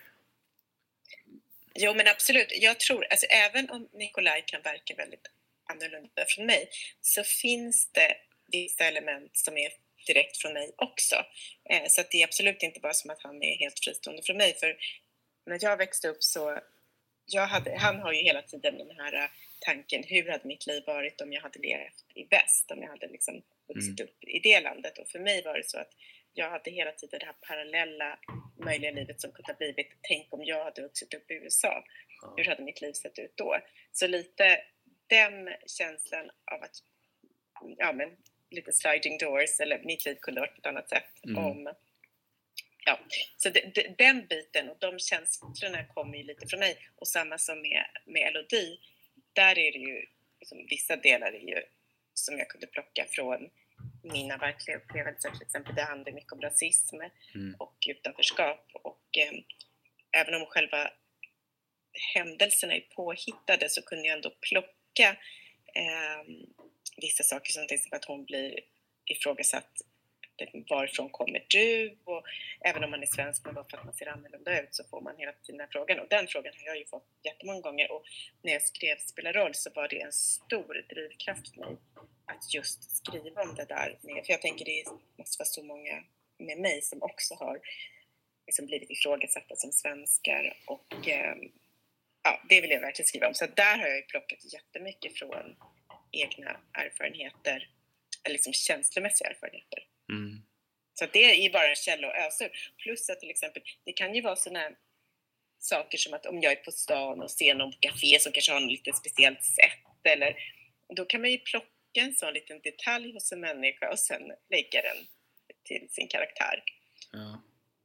Jo, men absolut. Jag tror, alltså även om Nikolaj kan verka väldigt annorlunda från mig, så finns det vissa element som är direkt från mig också. Eh, så att det är absolut inte bara som att han är helt fristående från mig. För när jag växte upp så, jag hade, han har ju hela tiden den här tanken, hur hade mitt liv varit om jag hade levt i väst, om jag hade liksom vuxit mm. upp i det landet. Och för mig var det så att jag hade hela tiden det här parallella möjliga livet som kunde ha blivit, tänk om jag hade vuxit upp i U S A. Ja. Hur hade mitt liv sett ut då? Så lite den känslan av att, ja men, lite sliding doors, eller mitt liv kunde ha varit på ett annat sätt. Mm. Om, ja. Så de, de, den biten och de känslorna kommer ju lite från mig. Och samma som med, med Elodie, där är det ju, liksom, vissa delar är ju som jag kunde plocka från mina verkliga upplevelser, till exempel det handlar mycket om rasism mm. och utanförskap, och eh, även om själva händelserna är påhittade så kunde jag ändå plocka eh, vissa saker, som till exempel att hon blir ifrågasatt, varifrån kommer du, och även om man är svensk men bara för att man ser annorlunda ut så får man hela tiden den frågan, och den frågan har jag ju fått jättemånga gånger, och när jag skrev Spelar roll så var det en stor drivkraft för mig att just skriva om det där, för jag tänker det måste vara så många med mig som också har liksom blivit ifrågasatta som svenskar, och eh, ja, det vill jag verkligen skriva om. Så där har jag ju plockat jättemycket från egna erfarenheter, eller liksom känslomässiga erfarenheter. Mm. Så det är bara en källa och ösur. Plus att till exempel, det kan ju vara sådana saker som att om jag är på stan och ser någon café som kanske har något lite speciellt sätt, eller då kan man ju plocka en sån liten detalj hos en människa och sen lägga den till sin karaktär. Ja.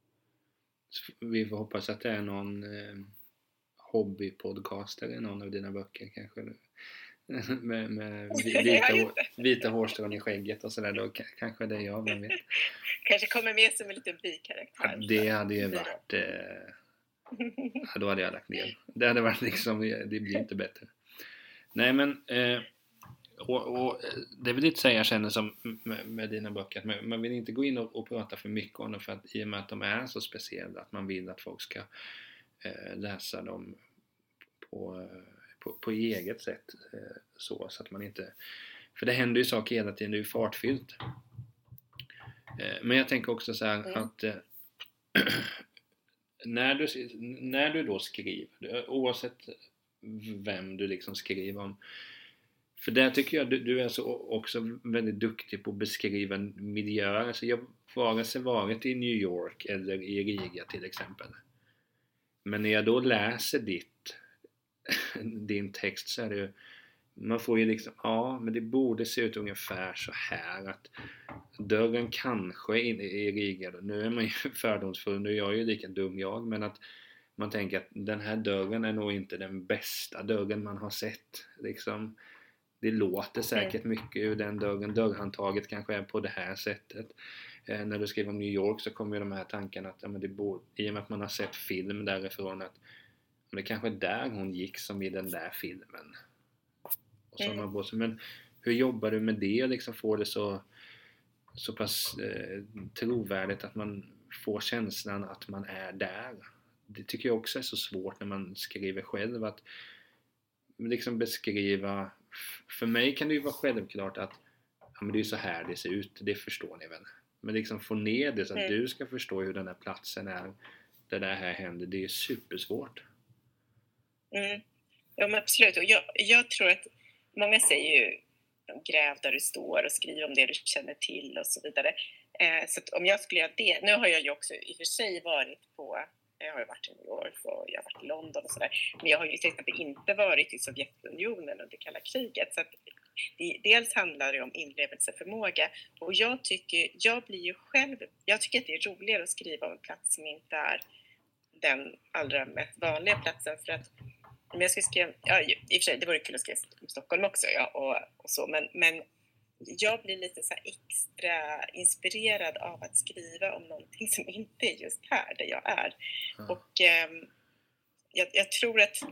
Vi får hoppas att det är någon eh, hobbypodcaster i någon av dina böcker kanske. med med vita, vita hårstrån i skägget och sådär, då k- kanske det är jag, vem vet. Kanske kommer med som en liten bikaraktär. Ja, det hade ju varit eh, ja, då hade jag lagt ner. Det hade varit liksom, det blir inte bättre. Nej men eh, och, och det vill inte säga, jag känner som med, med dina böcker, att man vill inte gå in och, och prata för mycket om dem, för att i och med att de är så speciella, att man vill att folk ska eh, läsa dem på På, på eget sätt, så, så att man inte, för det händer ju saker hela tiden, det är ju fartfyllt, men jag tänker också så här mm. att när du när du då skriver, oavsett vem du liksom skriver om, för där tycker jag du, du är så också väldigt duktig på att beskriva miljöer. Alltså jag har vare sig varit i New York eller i Riga till exempel, men när jag då läser ditt din text så är det ju, man får ju liksom, ja men det borde se ut ungefär så här, att dörren kanske in i Riga, nu är man ju fördomsfull, nu är jag ju lika dum jag, men att man tänker att den här dörren är nog inte den bästa dörren man har sett liksom, det låter säkert mycket ur den dörren, dörrhandtaget kanske är på det här sättet. Eh, när du skriver om New York så kommer ju de här tankarna att ja, men det borde, i och med att man har sett film därifrån, att men det kanske är där hon gick som i den där filmen. Och mm. Men hur jobbar du med det? Liksom får det så, så pass eh, trovärdigt att man får känslan att man är där. Det tycker jag också är så svårt när man skriver själv. Att liksom beskriva för mig kan det ju vara självklart att ja, men det är så här det ser ut, det förstår ni väl. Men liksom få ner det så att mm. du ska förstå hur den här platsen är, där det här händer, det är supersvårt. Mm. Ja, men absolut. Och jag, jag tror att många säger ju gräv där du står och skriv om det du känner till och så vidare. Eh, så att om jag skulle göra det, nu har jag ju också i och för sig varit på, jag har ju varit i New York och jag har varit i London och sådär, men jag har ju till exempel inte varit i Sovjetunionen under kalla kriget, så att det, dels handlar det om inlevelseförmåga, och jag tycker, jag blir ju själv, jag tycker att det är roligare att skriva om en plats som inte är den allra mest vanliga platsen, för att om jag skulle skriva, ja, i och för sig, det vore kul att skriva om Stockholm också, ja, och, och så, men, men jag blir lite så här extra inspirerad av att skriva om någonting som inte är just här där jag är. Mm. Och eh, jag, jag tror att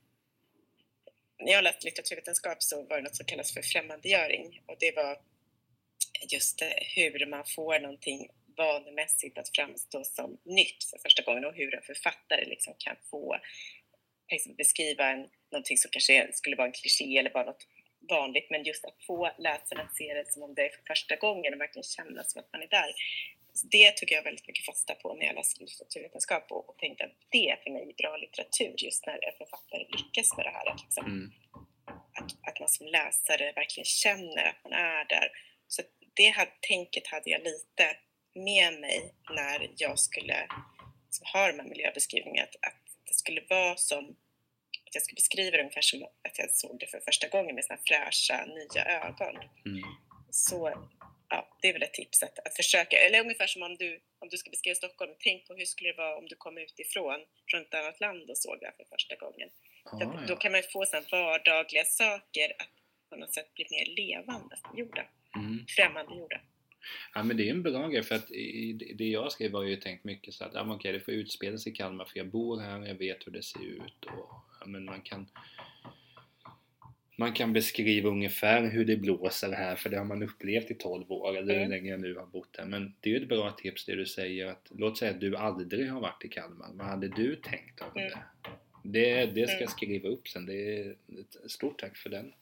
när jag läste litteraturvetenskap så var det något som kallas för främmandegöring, och det var just hur man får någonting vanemässigt att framstå som nytt för första gången, och hur en författare liksom kan få liksom beskriva en, någonting som kanske skulle vara en kliché eller bara något vanligt, men just att få läsarna att se det som om det är för första gången och verkligen känna som att man är där. Det tycker jag väldigt mycket fasta på när jag läser litteraturvetenskap, och, och tänkte att det är för mig bra litteratur, just när en författare lyckas med det här, att, liksom, mm. att, att man som läsare verkligen känner att man är där. Så det här tänket hade jag lite med mig när jag skulle ha de här miljöbeskrivningarna, att, att det skulle vara som att jag skulle beskriva det ungefär som att jag såg det för första gången med såna fräscha, nya ögon. Mm. Så ja, det är väl ett tips att, att försöka, eller ungefär som om du, om du ska beskriva Stockholm, tänk på hur skulle det vara om du kom utifrån, från ett annat land och såg det för första gången. Ah, ja. Då kan man få sådana vardagliga saker att på något sätt bli mer levande gjorda, mm. främmande gjorda. Ja, men det är en bra grej, för att i det jag skrev var ju tänkt mycket så att ja, okej, det får utspela sig i Kalmar för jag bor här, jag vet hur det ser ut, och ja, men man kan man kan beskriva ungefär hur det blåser här, för det har man upplevt i tolv år eller hur mm. länge jag nu har bott här. Men det är ju ett bra tips det du säger, att låt säga att du aldrig har varit i Kalmar, vad hade du tänkt om mm. det? Det, det ska jag skriva upp sen, det är ett stort tack för den.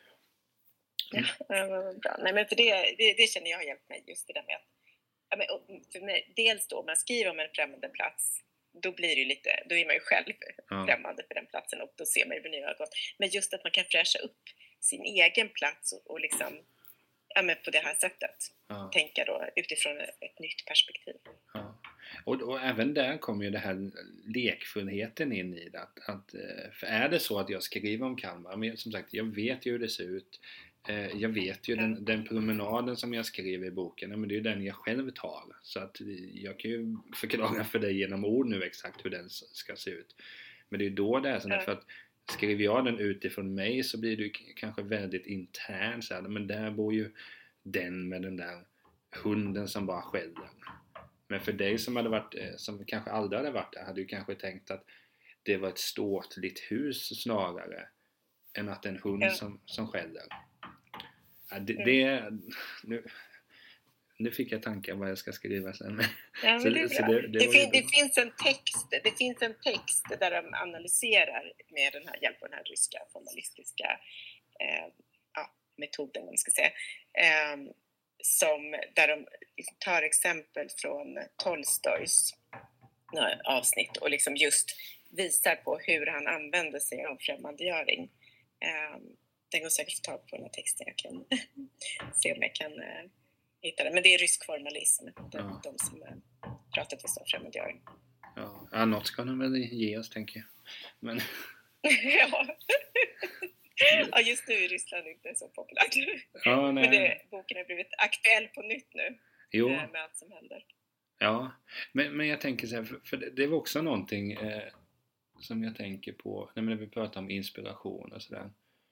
Mm. Ja, bra. Nej, men för det, det, det känner jag har hjälpt mig, just det där med att ja, men, för mig, dels då, man skriver om en främmande plats, då blir det ju lite, då är man ju själv ja. främmande för den platsen, och då ser man ju med nya ögon. Men just att man kan fräscha upp sin egen plats och, och liksom, ja, men på det här sättet ja. tänka då utifrån ett, ett nytt perspektiv. Ja. Och, och även där kommer ju det här lekfullheten in i det. Att, att, för är det så att jag skriver om Kalmar, men som sagt, jag vet ju hur det ser ut. Jag vet ju den, den promenaden som jag skrev i boken, men det är ju den jag själv tar, så att jag kan ju förklara för dig genom ord nu exakt hur den ska se ut. Men det är då det är så, för att skriver jag den utifrån mig så blir det ju kanske väldigt intern så här, men där bor ju den med den där hunden som bara skäller. Men för dig som hade varit, som kanske aldrig hade varit där, hade ju kanske tänkt att det var ett ståtligt hus snarare än att en hund som, som skäller. Ja, det, det, nu, nu fick jag tankar vad jag ska skriva sen. Ja, så, det, så det, det, det, fin, det finns en text det finns en text där de analyserar med den här hjälp av den här ryska formalistiska eh, ja, metoden, man ska säga, eh, som, där de tar exempel från Tolstojs avsnitt och liksom just visar på hur han använder sig av främmandegöring. Eh, Den går säkert att ta på den här texten. Jag kan se om jag kan uh, hitta den. Men det är rysk formalism. De, ja. de som uh, pratat med så främmandegöring. Ja. ja, något ska de väl ge oss, tänker jag. Men... ja. ja, just nu är Ryssland inte så populärt. Ja, men det, boken har blivit aktuell på nytt nu. Jo. Uh, med allt som händer. Ja, men, men jag tänker så här, för, för det, det var också någonting eh, som jag tänker på när vi pratar om inspiration och sådär.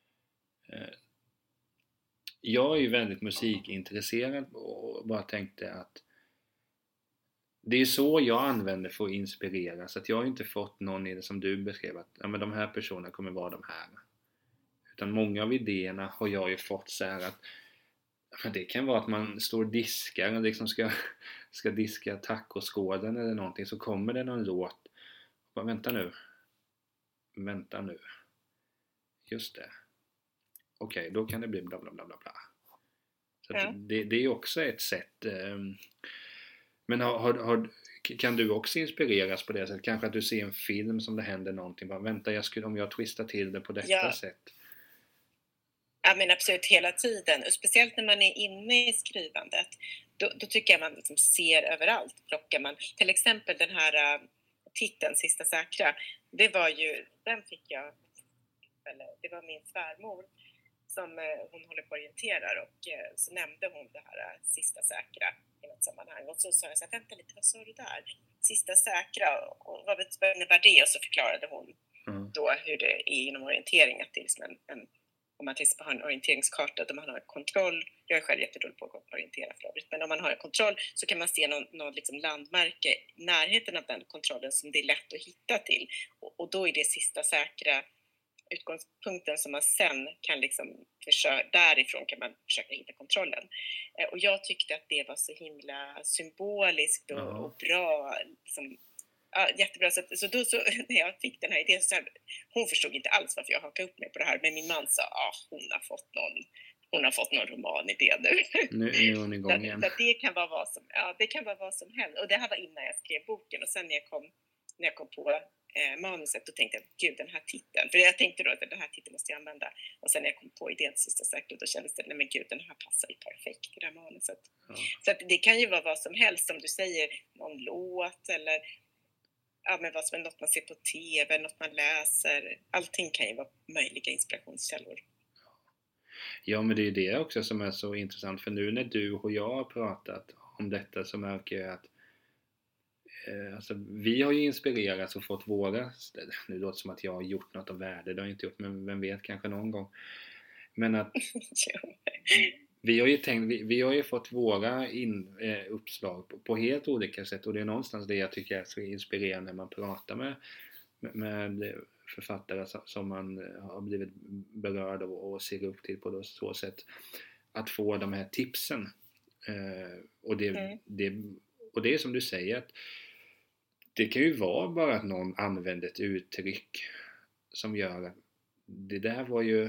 Jag är ju väldigt musikintresserad och bara tänkte att det är så jag använder för att inspirera, så att jag har inte fått någon i det som du beskrev att ja, men de här personerna kommer vara de här, utan många av idéerna har jag ju fått så här att ja, det kan vara att man står och diskar och liksom ska, ska diska tacoskåden eller någonting, så kommer det någon låt och bara, vänta nu vänta nu just det okej, okay, då kan det bli bla bla bla bla bla. Så Ja. det, det är också ett sätt. Eh, men har, har, har, kan du också inspireras på det sättet? Kanske att du ser en film som det händer någonting. Bara, vänta, jag skulle, om jag twistar till det på detta ja. sätt. Ja, men absolut hela tiden. Och speciellt när man är inne i skrivandet. Då, då tycker jag man liksom ser överallt. Plockar man. Till exempel den här uh, titeln, Sista säkra. Det var ju, den fick jag, eller, det var min svärmor som uh, hon håller på att orientera. Och uh, så nämnde hon det här uh, Sista säkra i något sammanhang. Och så sa jag så här, vänta lite, vad sa du där? Sista säkra, och vad innebär det? Och så förklarade hon mm. då hur det är inom orientering. Att det är liksom en, en om man till exempel har en orienteringskarta där man har kontroll, jag är själv jättedålig på att orientera för övrigt, men om man har en kontroll så kan man se någon, någon liksom landmärke i närheten av den kontrollen som det är lätt att hitta till. Och, och då är det sista säkra utgångspunkten som man sen kan liksom försöka, därifrån kan man försöka hitta kontrollen. Eh, och jag tyckte att det var så himla symboliskt och, mm. och bra liksom. Ja, jättebra. Så, så då så, när jag fick den här idén så här, hon förstod inte alls varför jag hakade upp mig på det här. Men min man sa, ah, hon har fått någon, hon har fått någon romanidé nu. Nu, nu är hon igång igen. Så, så det kan vara vad som, ja, det kan vara vad som helst. Och det här var innan jag skrev boken. Och sen när jag kom, när jag kom på eh, manuset, då tänkte jag, gud den här titeln. För jag tänkte då att den här titeln måste jag använda. Och sen när jag kom på idén Sista säkert, då kändes det, nej men gud den här passar ju perfekt i det här manuset. Ja. Så att det kan ju vara vad som helst, som du säger, någon låt eller ja, men vad som är något man ser på tv, något man läser. Allting kan ju vara möjliga inspirationskällor. Ja, men det är ju det också som är så intressant. För nu när du och jag har pratat om detta så märker jag att eh, alltså, vi har ju inspirerats och fått våra... Nu låter det som att jag har gjort något av värde. Det har jag inte gjort, men vem vet, kanske någon gång. Men att... Vi har ju tänkt, vi, vi har ju fått våra in, eh, uppslag på, på helt olika sätt, och det är någonstans det jag tycker är så inspirerande när man pratar med, med, med författare som man har blivit berörd av och ser upp till på så sätt, att få de här tipsen. Eh, och, det, mm. det, och det är som du säger, att det kan ju vara bara att någon använder ett uttryck som gör att det där var ju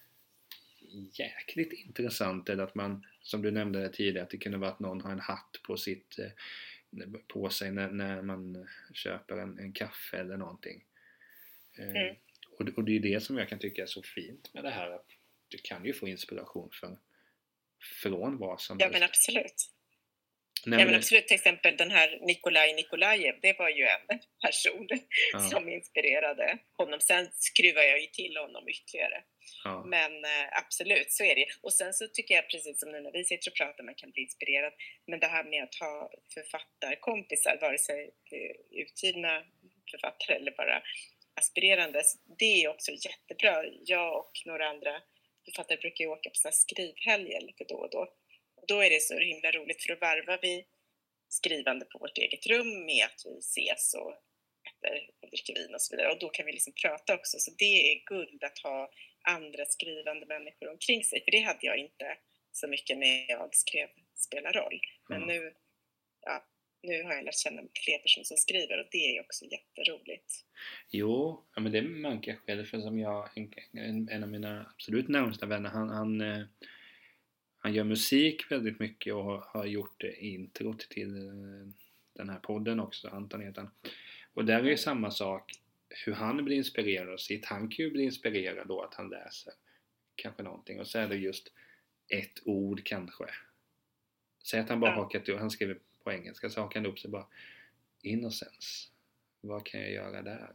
jäkligt intressant, eller att man, som du nämnde det tidigare, att det kunde vara att någon har en hatt på sitt på sig när, när man köper en, en kaffe eller någonting. Mm. Eh, och, och det är det som jag kan tycka är så fint med det här, att du kan ju få inspiration för, från vad som Ja, helst. Men absolut. Nej, ja men absolut, till exempel den här Nikolaj Nikolajev, det var ju en person ja. som inspirerade honom. Sen skruvar jag ju till honom ytterligare. Ja. Men eh, absolut, så är det. Och sen så tycker jag, precis som nu när vi sitter och pratar, man kan bli inspirerad. Men det här med att ha författarkompisar, vare sig det är utgivna författare eller bara aspirerande, det är också jättebra. Jag och några andra författare brukar ju åka på såna skrivhelger lite då och då. Då är det så himla roligt, för då varvar vi skrivande på vårt eget rum med att vi ses och äter och dricker vin och så vidare. Och då kan vi liksom prata också. Så det är guld att ha andra skrivande människor omkring sig. För det hade jag inte så mycket när jag skrev Spela roll. Men mm. nu, ja, nu har jag lärt känna fler personer som skriver, och det är också jätteroligt. Jo, ja, men det märker jag själv. För som jag, en, en av mina absolut närmsta vänner, han... han eh, Han gör musik väldigt mycket och har gjort introt till den här podden också, Anton heter han. Och där är det samma sak, hur han blir inspirerad av sitt. Han kan ju bli inspirerad då att han läser kanske någonting, och så är det just ett ord kanske. Säg att han bara ja. hakat upp, han skriver på engelska, så hakar han upp sig bara, innocence, vad kan jag göra där?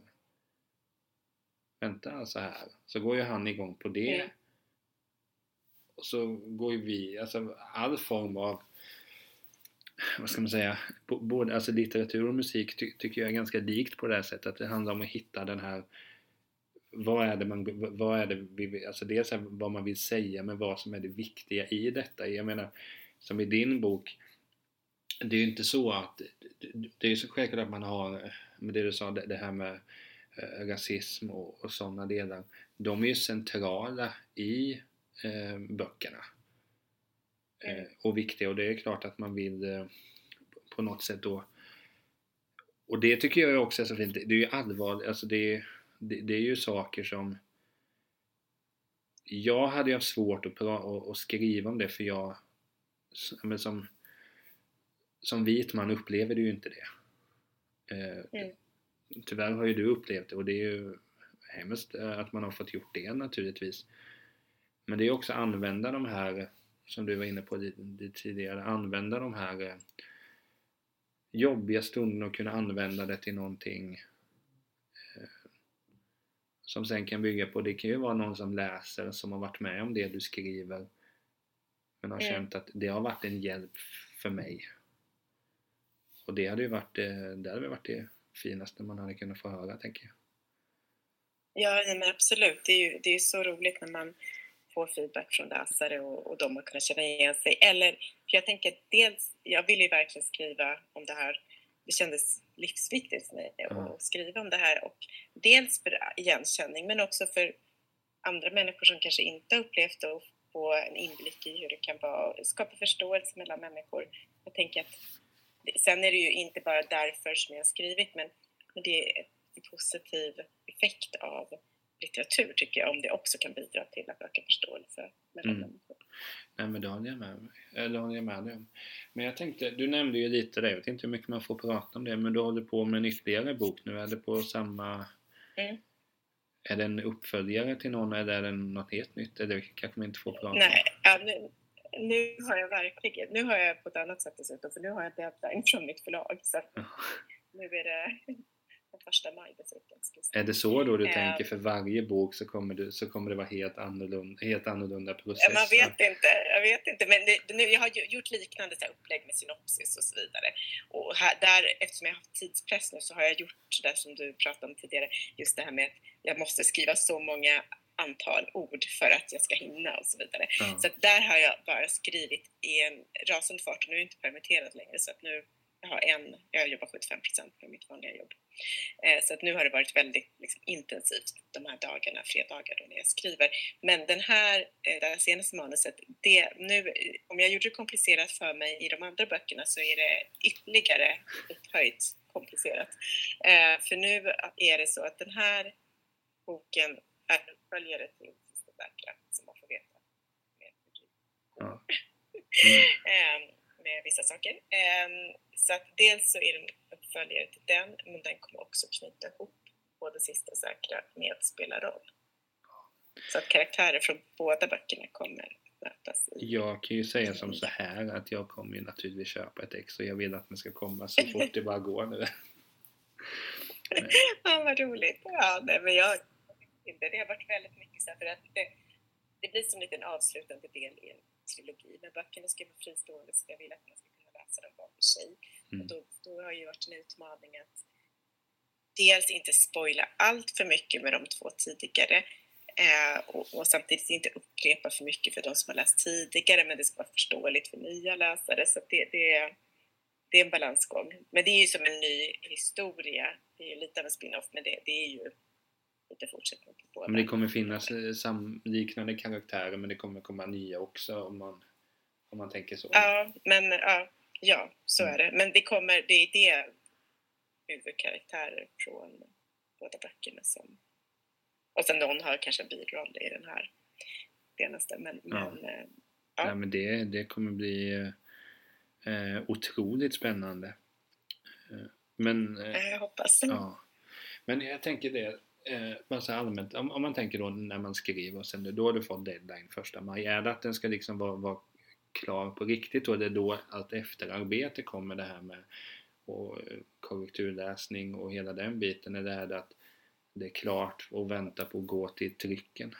Vänta, så här. Så går ju han igång på det. Mm. Och så går ju vi, alltså all form av, vad ska man säga, både alltså litteratur och musik ty- tycker jag är ganska likt på det här sättet. Att det handlar om att hitta den här, vad är det man, vad är det vi, alltså dels vad man vill säga, men vad som är det viktiga i detta. Jag menar, som i din bok, det är ju inte så att, det är ju så självklart att man har, med det du sa, det här med rasism och, och sådana delar, de är ju centrala i Eh, böckerna eh, och viktiga, och det är klart att man vill eh, på något sätt då, och det tycker jag också är så fint, det är ju allvarligt, alltså det, det, det är ju saker som jag hade ju haft svårt att, pra- att skriva om det, för jag men som, som vit man upplever du ju inte det. Eh, Mm. Tyvärr har ju du upplevt det, och det är ju hemskt att man har fått gjort det naturligtvis. Men det är också använda de här, som du var inne på det, det tidigare, använda de här eh, jobbiga stunderna och kunna använda det till någonting eh, som sen kan bygga på. Det kan ju vara någon som läser som har varit med om det du skriver, men har Mm. känt att det har varit en hjälp för mig. Och det hade ju varit det, det, hade varit det finaste man hade kunnat få höra, tänker jag. Ja, nej, men absolut. Det är ju det är så roligt när man får feedback från läsare och, och de har kunnat känna igen sig. Eller, för jag tänker dels, jag vill ju verkligen skriva om det här. Det kändes livsviktigt för mig att Ja. skriva om det här. Och dels för igenkänning, men också för andra människor som kanske inte har upplevt det och få en inblick i hur det kan vara, skapa förståelse mellan människor. Jag tänker att, sen är det ju inte bara därför som jag har skrivit, men, men det är en positiv effekt av litteratur, tycker jag, om det också kan bidra till att öka förståelse mellan Mm. människor. Nej, men det håller jag med mig. Eller håller jag med dig om. Men jag tänkte, du nämnde ju lite det, jag vet inte hur mycket man får prata om det, men du håller på med en ytterligare bok nu. Är det på samma... Mm. Är det en uppföljare till någon, eller är det något helt nytt? Eller kanske man inte får prata Nej, om? ja, nu, nu har jag verkligen, nu har jag på ett annat sätt dessutom, för nu har jag deadline från mitt förlag, så att nu är det den första maj dessutom. Är det så då du Um, tänker, för varje bok så kommer, du, så kommer det vara helt annorlunda, helt annorlunda process? Man vet inte, jag vet inte, men det, nu, jag har gjort liknande så här, upplägg med synopsis och så vidare. Och här, där, eftersom jag har haft tidspress nu, så har jag gjort det som du pratade om tidigare, just det här med att jag måste skriva så många antal ord för att jag ska hinna och så vidare. Ja. Så att där har jag bara skrivit i en rasande fart, och nu är jag inte permitterad längre, så att nu jag har en, jag jobbar sjuttiofem procent med mitt vanliga jobb. Eh, så att nu har det varit väldigt liksom, intensivt de här dagarna, fredagar då när jag skriver. Men den här, eh, det här senaste manuset, det, nu, om jag gjorde det komplicerat för mig i de andra böckerna, så är det ytterligare upphöjt komplicerat. Eh, för nu är det så att den här boken är en uppföljare till Sista säkra, som man får veta mer. Ja. Mm. eh, med vissa saker. Um, så att dels så är den uppföljare till den, men den kommer också knyta ihop både Sista säkra med spelarroll. Så att karaktärer från båda böckerna kommer mötas. I Jag kan ju säga som så här, att jag kommer ju naturligtvis köpa ett ex, och jag vill att den ska komma så fort det bara går nu. Ja, vad roligt. Ja, nej, men jag det har varit väldigt mycket så här, för att det, det blir som en liten avslutande del i en trilogi, men böckerna ska vara fristående, så jag vill att man ska kunna läsa dem var för sig. Mm. Och då, då har ju varit en utmaning att dels inte spoila allt för mycket med de två tidigare, eh, och, och samtidigt inte upprepa för mycket för de som har läst tidigare, men det ska vara förståeligt för nya läsare, så det, det, det är en balansgång. Men det är ju som en ny historia, det är ju lite av en spin-off, men det, det är ju lite fortsättning på båda. Men det kommer finnas sam- liknande karaktärer, men det kommer komma nya också, om man, om man tänker så. Ja, men ja, ja så mm. är det. Men det kommer, det är det huvudkaraktärer från båda böckerna som, och sen någon har kanske en biroll i den här senaste, men, ja. men äh, ja. Nej, men det, det kommer bli eh, otroligt spännande. Men eh, jag hoppas. Ja. Men jag tänker det eh, bara så allmänt, om, om man tänker då när man skriver och sen då har du fått deadline första maj, är det att den ska liksom vara, vara klar på riktigt, och det är då allt efterarbete kommer, det här med och korrekturläsning och hela den biten, eller är det att det är klart och vänta på att gå till trycken?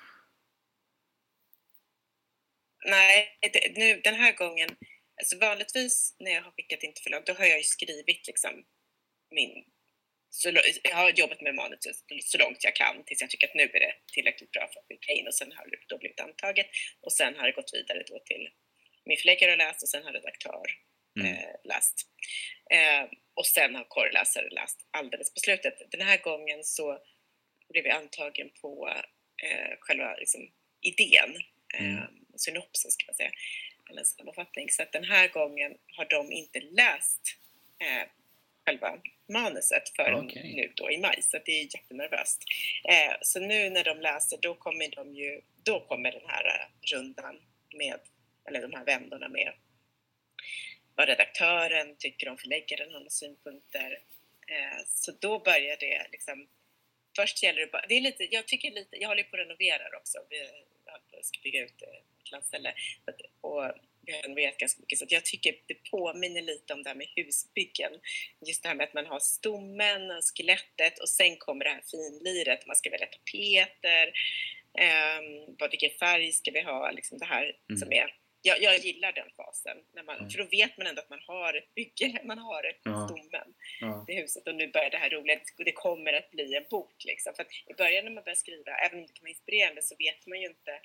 Nej, det, nu, den här gången, alltså vanligtvis när jag har skickat in till förlag, då har jag ju skrivit liksom min, så, jag har jobbat med manuset så långt jag kan tills jag tycker att nu är det tillräckligt bra för att skicka in, och sen har det då blivit antaget, och sen har det gått vidare då till min förläggare har läst, och sen har redaktör mm. eh, läst. Eh, och sen har korreläsare läst alldeles på slutet. Den här gången så blev vi antagen på eh, själva liksom, idén, eh, mm. synopsis ska man säga, eller sammanfattning. Så att den här gången har de inte läst eh, själva manuset för Okay. nu då i maj, så det är jättenervöst. Eh, så nu när de läser, då kommer de ju, då kommer den här rundan med, eller de här vändorna med vad redaktören tycker om förläggaren, har synpunkter. Eh, så då börjar det liksom, först gäller det bara, det är lite, jag tycker lite, jag håller på att renovera också, vi ska bygga ut ett landställe och vi har renoverat ganska mycket, så att jag tycker det påminner lite om det här med husbyggen, just det här med att man har stommen och skelettet och sen kommer det här finliret, man ska välja tapeter, um, vad vilken färg ska vi ha, liksom det här mm. som är, jag, jag gillar den fasen, när man, mm. för då vet man ändå att man har ett bygge, man har ett ja. stommen ja. i huset, och nu börjar det här roliga, det kommer att bli en bok liksom, för att i början när man börjar skriva, även om det kan vara inspirerande, så vet man ju inte,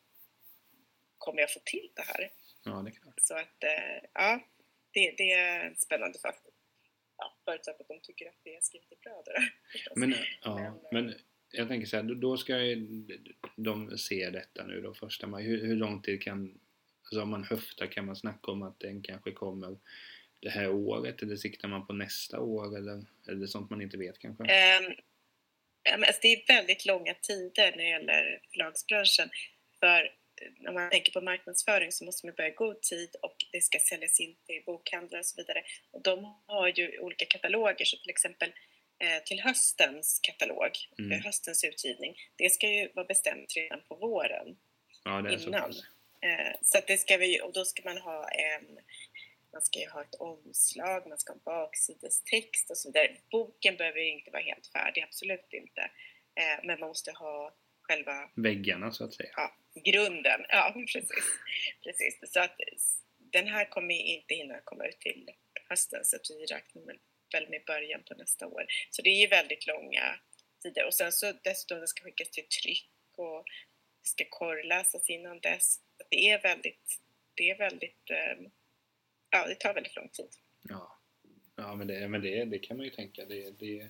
kommer jag få till det här? Ja, det är klart. Så att, ja, det, det är spännande faktiskt. Ja, förutsatt att de tycker att det är skrivet bra då. Men, ja, men jag tänker så här, då ska ju de se detta nu då första maj. Hur, hur lång tid kan, alltså om man höftar, kan man snacka om att den kanske kommer det här året, eller siktar man på nästa år, eller är det sånt man inte vet kanske? Um, ja, men alltså det är väldigt långa tider när det gäller förlagsbranschen, för när man tänker på marknadsföring så måste man börja i god tid och det ska säljas in till bokhandlar och så vidare. Och de har ju olika kataloger, så till exempel eh, till höstens katalog, mm. höstens utgivning, det ska ju vara bestämt redan på våren. Ja, det är innan. Så, eh, så att det ska vi, och då ska man ha en, man ska ju ha ett omslag, man ska ha baksidestext och så vidare. Boken behöver ju inte vara helt färdig, absolut inte. Eh, men man måste ha själva väggarna så att säga. Ja, grunden. Ja, precis. precis. Så att den här kommer inte hinna komma ut till hösten, så att vi räknar väl med början på nästa år. Så det är ju väldigt långa tider. Och sen så dessutom det ska skickas till tryck och det ska korrläsas innan dess. Det är väldigt, det är väldigt, ja, det tar väldigt lång tid. Ja, ja men, det, men det, det kan man ju tänka. Det, det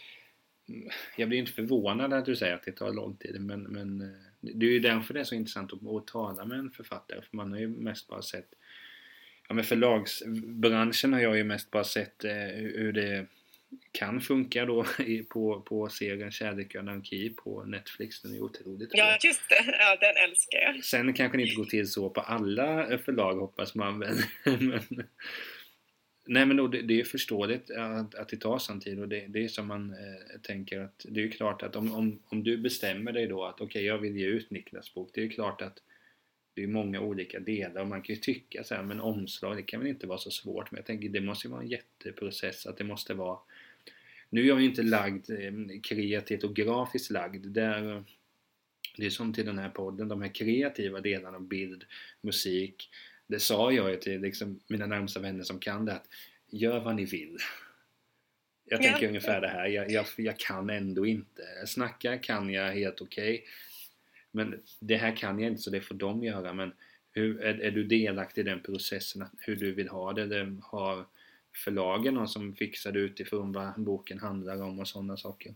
Jag blir inte förvånad att du säger att det tar lång tid, men, men det är ju därför det är så intressant att, att tala med en författare, för man har ju mest bara sett, ja men förlagsbranschen har jag ju mest bara sett eh, hur det kan funka då i, på, på serien Kärlek och anarki på Netflix. Den är otroligt bra. Ja, just det. Ja, den älskar jag. Sen kanske det inte går till så på alla förlag, hoppas man väl. men Nej, men då, det, det är förståeligt att, att det tar sån tid, och det, det är som man eh, tänker att det är ju klart att om, om, om du bestämmer dig då att okej, okay, jag vill ge ut Niklas bok, det är ju klart att det är många olika delar och man kan ju tycka så här, men omslag, det kan väl inte vara så svårt, men jag tänker det måste ju vara en jätteprocess, att det måste vara, nu är jag ju inte lagd eh, kreativt och grafiskt lagd, där, det är som till den här podden, de här kreativa delarna, bild, musik, det sa jag ju till liksom, mina närmsta vänner som kan det, att gör vad ni vill. Jag tänker ja. ungefär det här. Jag, jag, jag kan ändå inte. Snacka kan jag helt okej. Okay. Men det här kan jag inte, så det får de göra. Men hur, är, är du delaktig i den processen? Att, hur du vill ha det? Eller har förlagen någon som fixar utifrån vad boken handlar om och sådana saker?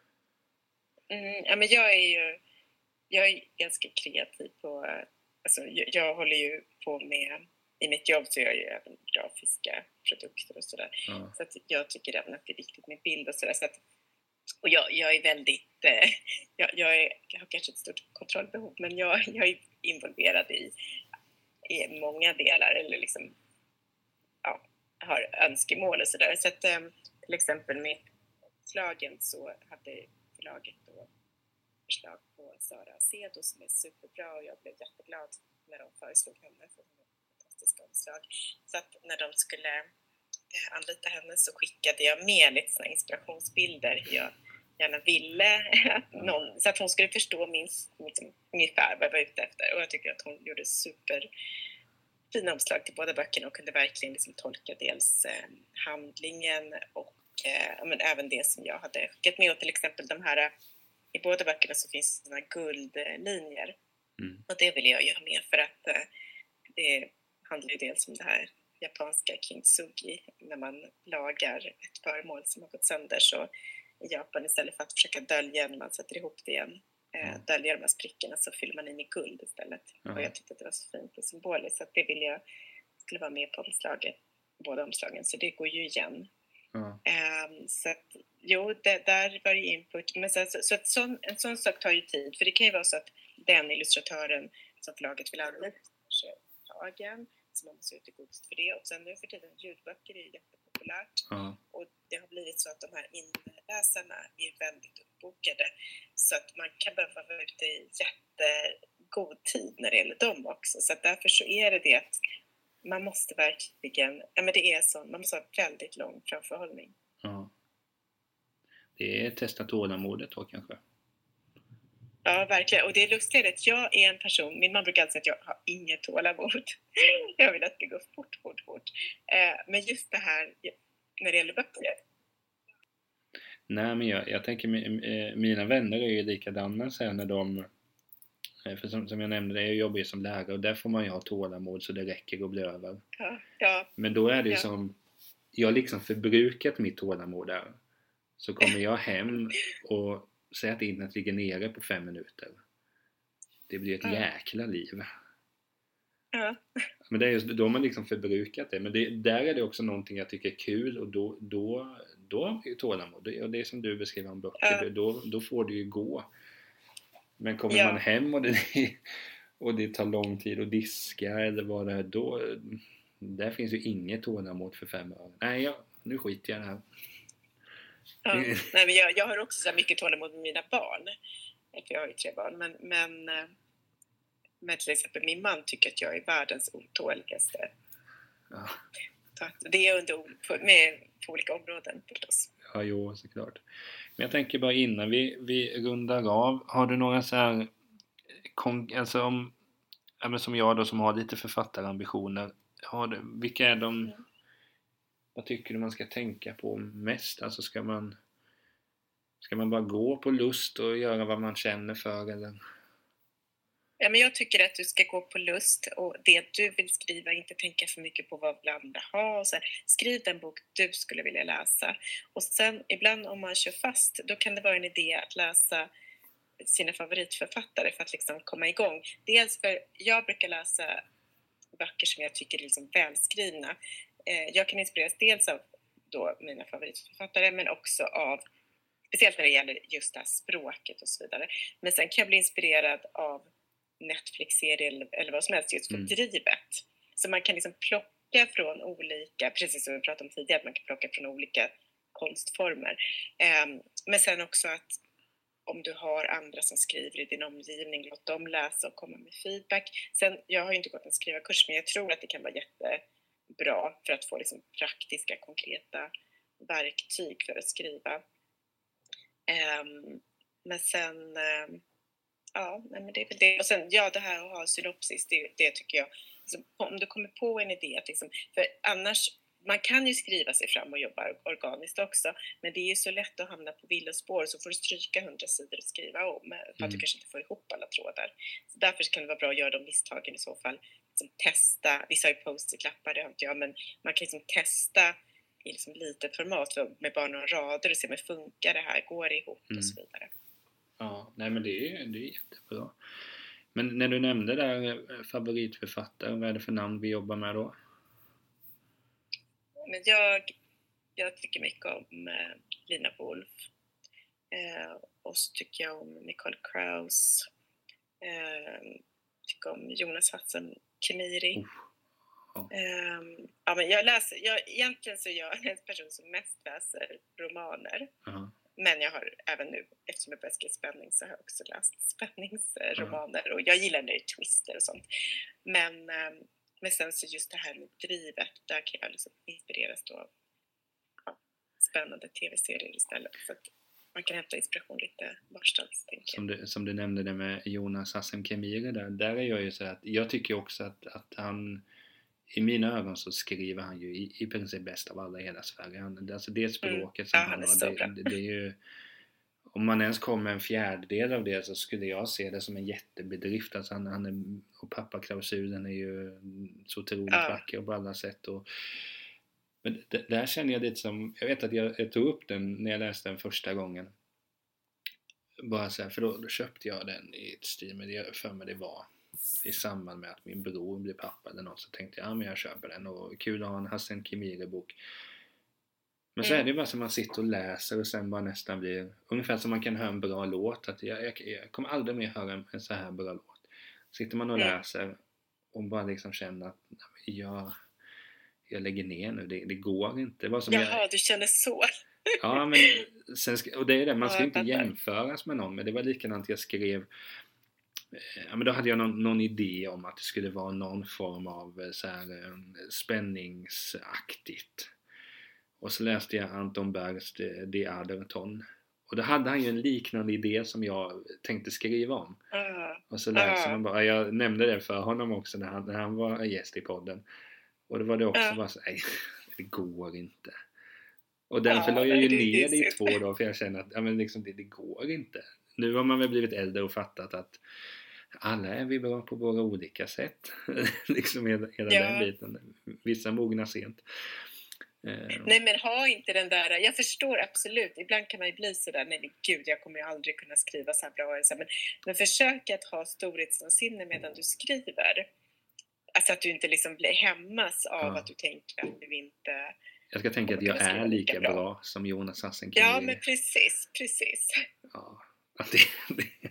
Mm, ja, men jag är ju jag är ganska kreativ på... Alltså, jag, jag håller ju på med, i mitt jobb så gör jag ju även grafiska produkter och sådär. Mm. Så att jag tycker även att det är viktigt med bild och sådär. Så att, och jag, jag är väldigt, eh, jag, jag, är, jag har kanske ett stort kontrollbehov, men jag, jag är involverad i, i många delar, eller liksom, ja, har önskemål och sådär. Så att eh, till exempel med slagen så hade förlaget då förslag på Sara Sedo som är superbra, och jag blev jätteglad när de föreslog henne för hon är fantastiska omslag. Så att när de skulle eh, anlita henne så skickade jag med lite såna inspirationsbilder jag gärna ville att någon, så att hon skulle förstå min, liksom, ungefär vad jag var ute efter, och jag tycker att hon gjorde super fina omslag till båda böckerna och kunde verkligen liksom tolka dels eh, handlingen och eh, men även det som jag hade skickat med, och till exempel de här. I båda böckerna så finns det såna guldlinjer. Mm. Och det vill jag ju ha med för att eh, det handlar ju dels om det här japanska kintsugi. När man lagar ett föremål som har gått sönder, så i Japan, istället för att försöka dölja när man sätter ihop det igen, eh, mm. dölja de här sprickorna, så fyller man in i guld istället. Mm. Och jag tyckte att det var så fint och symboliskt, så att det vill jag skulle vara med på omslaget, båda omslagen. Så det går ju igen. Ja. Um, så att, jo, det, där var det input. Men så, så, så att sån, en sån sak tar ju tid. För det kan ju vara så att den illustratören som förlaget vill anlita kanske dagen, så man måste ut i godset för det. Och sen nu för tiden, ljudböcker är jättepopulärt. Ja. Och det har blivit så att de här inläsarna är väldigt uppbokade. Så att man kan behöva vara ute i jättegod tid när det gäller dem också. Så att därför så är det det att man måste verkligen, ja men det är så, man måste ha väldigt lång framförhållning. Ja. Det är testa tålamodet då kanske. Ja, verkligen. Och det är lustigt att jag är en person, min man brukar alltid säga att jag har inget tålamod. Jag vill att det går fort, fort, fort. Eh, men just det här när det gäller böcker. Nej, men jag, jag tänker, mina vänner är ju likadana sen när de, för som, som jag nämnde, jag jobbar ju som lärare och där får man ju ha tålamod så det räcker och blir över. Ja, ja. Men då är det ju Ja. som, jag har liksom förbrukat mitt tålamod där. Så kommer jag hem och säger att internet ligger nere på fem minuter. Det blir ett Ja. jäkla liv. Ja. Men det är just, då har man liksom förbrukat det. Men det, där är det också någonting jag tycker är kul och då, då, då har man ju tålamod. Och det är som du beskriver om böcker, Ja. då, då får det ju gå. Men kommer Ja. man hem och det, och det tar lång tid att diska eller vad det är, då där finns ju inget tålamod för fem år. Nej, jag, nu skiter jag i det här. Ja. Nej, men jag, jag har också så mycket tålamod med mina barn. För jag har ju tre barn. Men, men, men till exempel min man tycker att jag är världens otåligaste. Ja. Så att det är under, på, med, på olika områden förstås. Ja, jo, såklart. Men jag tänker bara innan vi, vi rundar av. Har du några så här, alltså om, ja, men som jag då som har lite författarambitioner. Har du, vilka är de, mm. vad tycker du man ska tänka på mest? Alltså ska man, ska man bara gå på lust och göra vad man känner för eller? Ja, men jag tycker att du ska gå på lust och det du vill skriva, inte tänka för mycket på vad andra har. Och så här, skriv den bok du skulle vilja läsa. Och sen ibland om man kör fast, då kan det vara en idé att läsa sina favoritförfattare för att liksom komma igång. Dels för jag brukar läsa böcker som jag tycker är liksom välskrivna. Jag kan inspireras dels av då mina favoritförfattare men också av, speciellt när det gäller just det här språket och så vidare. Men sen kan jag bli inspirerad av Netflix-serie eller, eller vad som helst just för mm. drivet. Så man kan liksom plocka från olika, precis som vi pratade om tidigare, att man kan plocka från olika konstformer. Um, men sen också att om du har andra som skriver i din omgivning, låt dem läsa och komma med feedback. Sen, jag har ju inte gått en skrivarkurs, men jag tror att det kan vara jättebra för att få liksom praktiska, konkreta verktyg för att skriva. Um, men sen... Um, Ja, men det är väl det. Och sen, ja, det här att ha synopsis, det, det tycker jag. Liksom, om du kommer på en idé, att liksom, för annars, man kan ju skriva sig fram och jobba organiskt också, men det är ju så lätt att hamna på villospår, så får du stryka hundra sidor och skriva om, för att mm. du kanske inte får ihop alla trådar. Så därför kan det vara bra att göra de misstagen i så fall. Liksom, testa, vissa har ju post-it-lappar, det har inte jag, men man kan liksom testa i liksom litet format med bara några rader och se om det funkar det här, går det ihop mm. och så vidare. Ja, nej men det är, det är jättebra. Men när du nämnde där favoritförfattare, vad är det för namn vi jobbar med då? Men jag, jag tycker mycket om eh, Lina Wolf. Eh, och så tycker jag om Nicole Krauss. Eh, tycker om Jonas Hassan Khemiri. Uh. Oh. Eh, ja, men jag läser, jag, egentligen så är jag en person som mest läser romaner. Uh-huh. Men jag har även nu, eftersom jag börjar skriva spänning, så har jag också läst spänningsromaner. Mm. Och jag gillar när det är twister och sånt. Men, men sen så just det här med drivet, där kan jag liksom inspireras då av ja, spännande tv-serier istället. Så att man kan hämta inspiration lite varstans, tänker jag. Som du, som du nämnde det med Jonas Hassan Khemiri där. Där är jag ju så att jag tycker också att, att han... I mina ögon så skriver han ju i, i princip bäst av alla i hela Sverige. Han, alltså det språket som mm. ja, han, han har, det, det, det är ju... Om man ens kommer en fjärdedel av det så skulle jag se det som en jättebedrift. Alltså han, han är, och pappaklausulen är ju så otroligt ja. vacker på alla sätt. Och, men det, där känner jag lite som... Jag vet att jag, jag tog upp den när jag läste den första gången. Bara så här, för då, då köpte jag den i ett stil med det för mig det var... I samband med att min bror blev pappa eller något, så tänkte jag, ja men jag köper den och kul att ha en Hassan Khemiri-bok. Men så är det ju bara som man sitter och läser och sen bara nästan blir ungefär som man kan höra en bra låt. Att jag, jag, jag kommer aldrig mer höra en, en så här bra låt. Sitter man och Mm. läser och bara liksom känner att jag, jag lägger ner nu, det, det går inte. Det var som Jaha, jag, du känner så. ja, men sen ska, och det är det, man ska Ja, ju inte fattar. jämföras med någon, men det var likadant jag skrev. Ja, men då hade jag någon, någon idé om att det skulle vara någon form av så här, um, spänningsaktigt. Och så läste jag Anton Bergs The Other Ton. Och då hade han ju en liknande idé som jag tänkte skriva om. Uh, Och så läser uh, man bara, jag nämnde det för honom också när han, när han var gäst i podden. Och då var det också uh. bara så, nej, det går inte. Och därför Ja, la jag ju det är ner det i mysigt. två dagar, för jag känner att ja, men liksom, det, det går inte. Nu har man väl blivit äldre och fattat att alla är vi bra på våra olika sätt. liksom hela, hela Ja. den biten. Vissa mognar sent. Eh, Nej, men ha inte den där, jag förstår absolut, ibland kan man ju bli sådär, nej men gud, jag kommer ju aldrig kunna skriva så här bra, men, men försök att ha storhetsvansinne medan du skriver. Alltså att du inte liksom blir hämmas av Ja. att du tänker att du inte... jag ska tänka att jag kunna skriva är lika lika bra, bra. som Jonas Hassenkvist. Ja, men precis, precis. Ja, att det, det,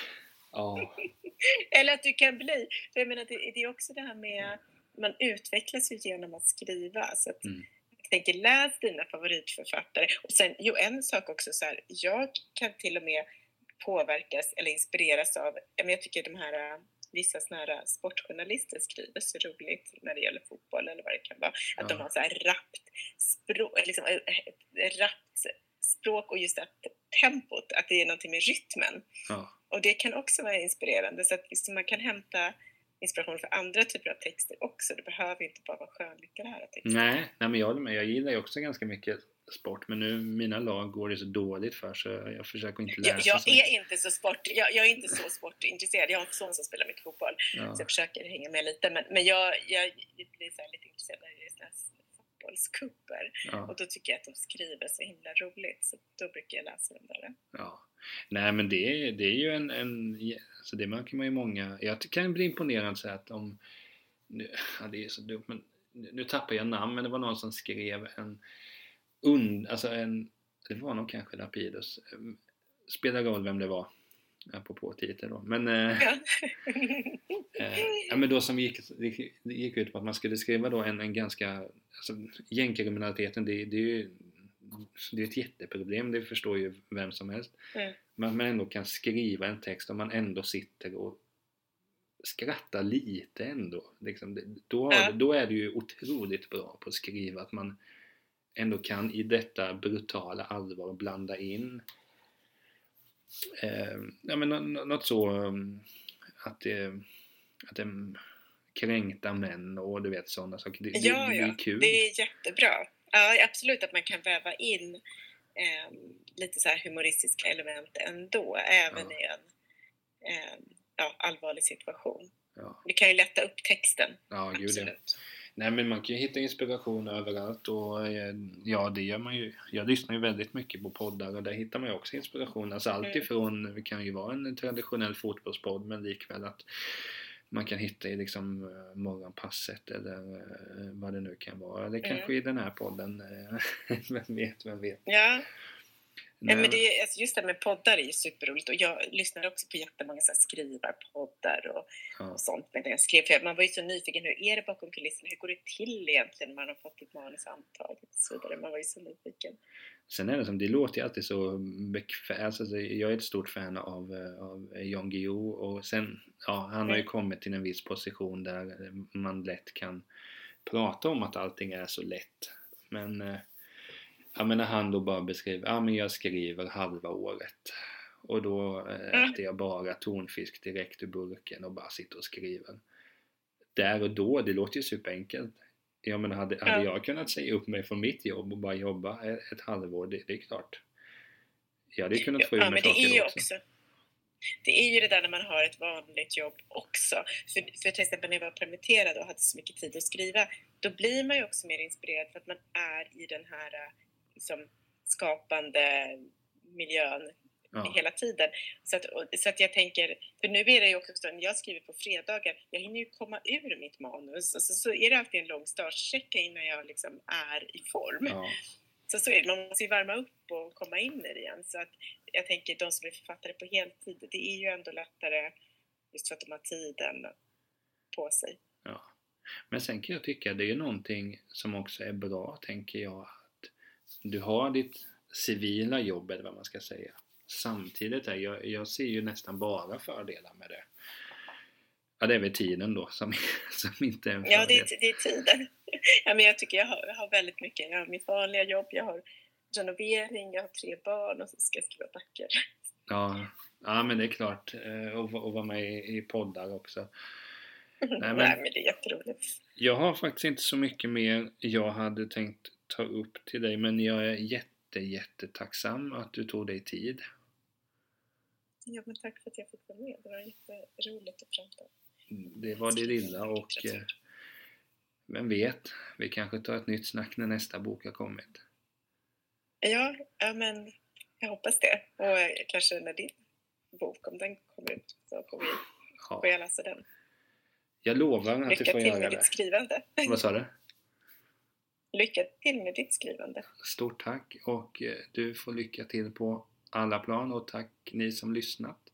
ja. Eller att du kan bli, för jag menar det, det är också det här med, man utvecklas ju genom att skriva, så att Mm. jag tänker, läs dina favoritförfattare. Och sen, jo, en sak också så här, jag kan till och med påverkas eller inspireras av, men jag tycker de här äh, vissa såna här sportjournalister skriver så roligt när det gäller fotboll eller vad det kan vara, Ja. att de har så här rappt språk, liksom ett rappt språk och just att tempot, att det är någonting med rytmen. Ja. Och det kan också vara inspirerande, så att liksom man kan hämta inspiration för andra typer av texter också. Det behöver inte bara vara skönlitterära texter. Nej, nej, men jag håller med. Jag gillar ju också ganska mycket sport, men nu mina lag går det så dåligt för, så jag försöker inte läsa. Jag, jag så är mycket. inte så sport, jag, jag är inte så sportintresserad. Jag har en son som spelar mycket fotboll, Ja. så jag försöker hänga med lite. Men, men jag, jag blir så här lite intresserad när det är såna här fotbollscuper. Ja. Och då tycker jag att de skriver så himla roligt, så då brukar jag läsa dem där. Ja. Nej, men det är, det är ju en, en så det märker man ju många. Jag kan bli imponerad så att om nu, ja, det är så dumt, men nu tappar jag namn, men det var någon som skrev en und, alltså en, det var nog kanske Lapidus, spelar roll vem det var apropå titel då, men eh, Ja. eh, ja, men då som gick, det gick ut på att man skulle skriva då en, en ganska, alltså gängkriminaliteten, det, det är ju det är ett jätteproblem, det förstår ju vem som helst. Mm. Men man ändå kan skriva en text och man ändå sitter och skrattar lite ändå. Liksom, då, har, Ja. då är det ju otroligt bra på att skriva, att man ändå kan i detta brutala allvar blanda in eh, ja, men något så um, att det, att det kränkta män och du vet sådana saker. Det, Ja, det, det ja. är kul. Det är jättebra. Ja, absolut att man kan väva in eh, lite så här humoristiska element ändå, även Ja. i en eh, ja, allvarlig situation. Ja. Det kan ju lätta upp texten. Ja, gud, ja. Absolut. Nej, men man kan ju hitta inspiration överallt och eh, ja, det gör man ju. Jag lyssnar ju väldigt mycket på poddar och där hittar man ju också inspiration. Alltså allt Mm. ifrån, det kan ju vara en traditionell fotbollspodd, men likväl att man kan hitta i liksom eh, morgonpasset eller eh, vad det nu kan vara. Eller kanske Mm. i den här podden. eh, vem vet, vem vet. Ja, Nej, ja men det är, alltså just det här med poddar är ju superroligt, och jag lyssnar också på jättemånga så här skrivarpoddar och, ja. och sånt medan jag skrev, för man var ju så nyfiken, hur är det bakom kulisserna, hur går det till egentligen när man har fått ett manus antaget och så vidare, man var ju så nyfiken. Sen är det som, det låter ju alltid så bekvämt, alltså, jag är ett stort fan av, av Jan Guillou och sen, ja, han har ju Mm. kommit till en viss position där man lätt kan prata om att allting är så lätt, men eh, ja, men när han då bara beskriver, ja men jag skriver halva året och då eh, äter jag bara tonfisk direkt ur burken och bara sitter och skriver där och då, det låter ju superenkelt. Jag menar, hade, hade jag kunnat säga upp mig från mitt jobb och bara jobba ett, ett halvår, det, det är klart. Jag hade ju kunnat få ur Ja, mig men det är ju också. också det är ju det där när man har ett vanligt jobb också. För, för till exempel när jag var permitterad och hade så mycket tid att skriva, då blir man ju också mer inspirerad för att man är i den här liksom, skapande miljön Ja. hela tiden. Så att, så att jag tänker, för nu är det ju också så, när jag skriver på fredagar, jag hinner ju komma ur mitt manus och så, så är det alltid en lång startsträcka innan jag liksom är i form. Ja. Så så är det, man måste ju värma upp och komma in i det igen. Så att jag tänker de som är författare på heltid, det är ju ändå lättare just för att de har tiden på sig. Ja. Men sen kan jag tycka det är någonting som också är bra, tänker jag, att du har ditt civila jobb, eller vad man ska säga. Samtidigt är jag, jag ser ju nästan bara fördelar med det. Ja, det är väl tiden då som, som inte är en fördel. Ja, det är, det är tiden. Ja, men jag tycker jag har, jag har väldigt mycket. Jag har mitt vanliga jobb, jag har renovering, jag har tre barn och så ska jag skriva böcker. Ja, ja men det är klart. Och, och vara med i, i poddar också. Nej, men, Nej, men det är jätteroligt. Jag har faktiskt inte så mycket mer jag hade tänkt ta upp till dig, men jag är jätte, jättetacksam att du tog dig tid. Ja, men tack för att jag fick vara med. Det var jätteroligt att prata. Det var det lilla och eh, vem vet, vi kanske tar ett nytt snack när nästa bok har kommit. Ja, ja men jag hoppas det. Och eh, kanske när din bok, om den kommer ut, så får vi ja. får jag läsa den. Jag lovar att Lycka du får till göra med det. Ditt skrivande. Vad sa du? Lycka till med ditt skrivande. Stort tack, och eh, du får lycka till på alla plan, och tack ni som lyssnat.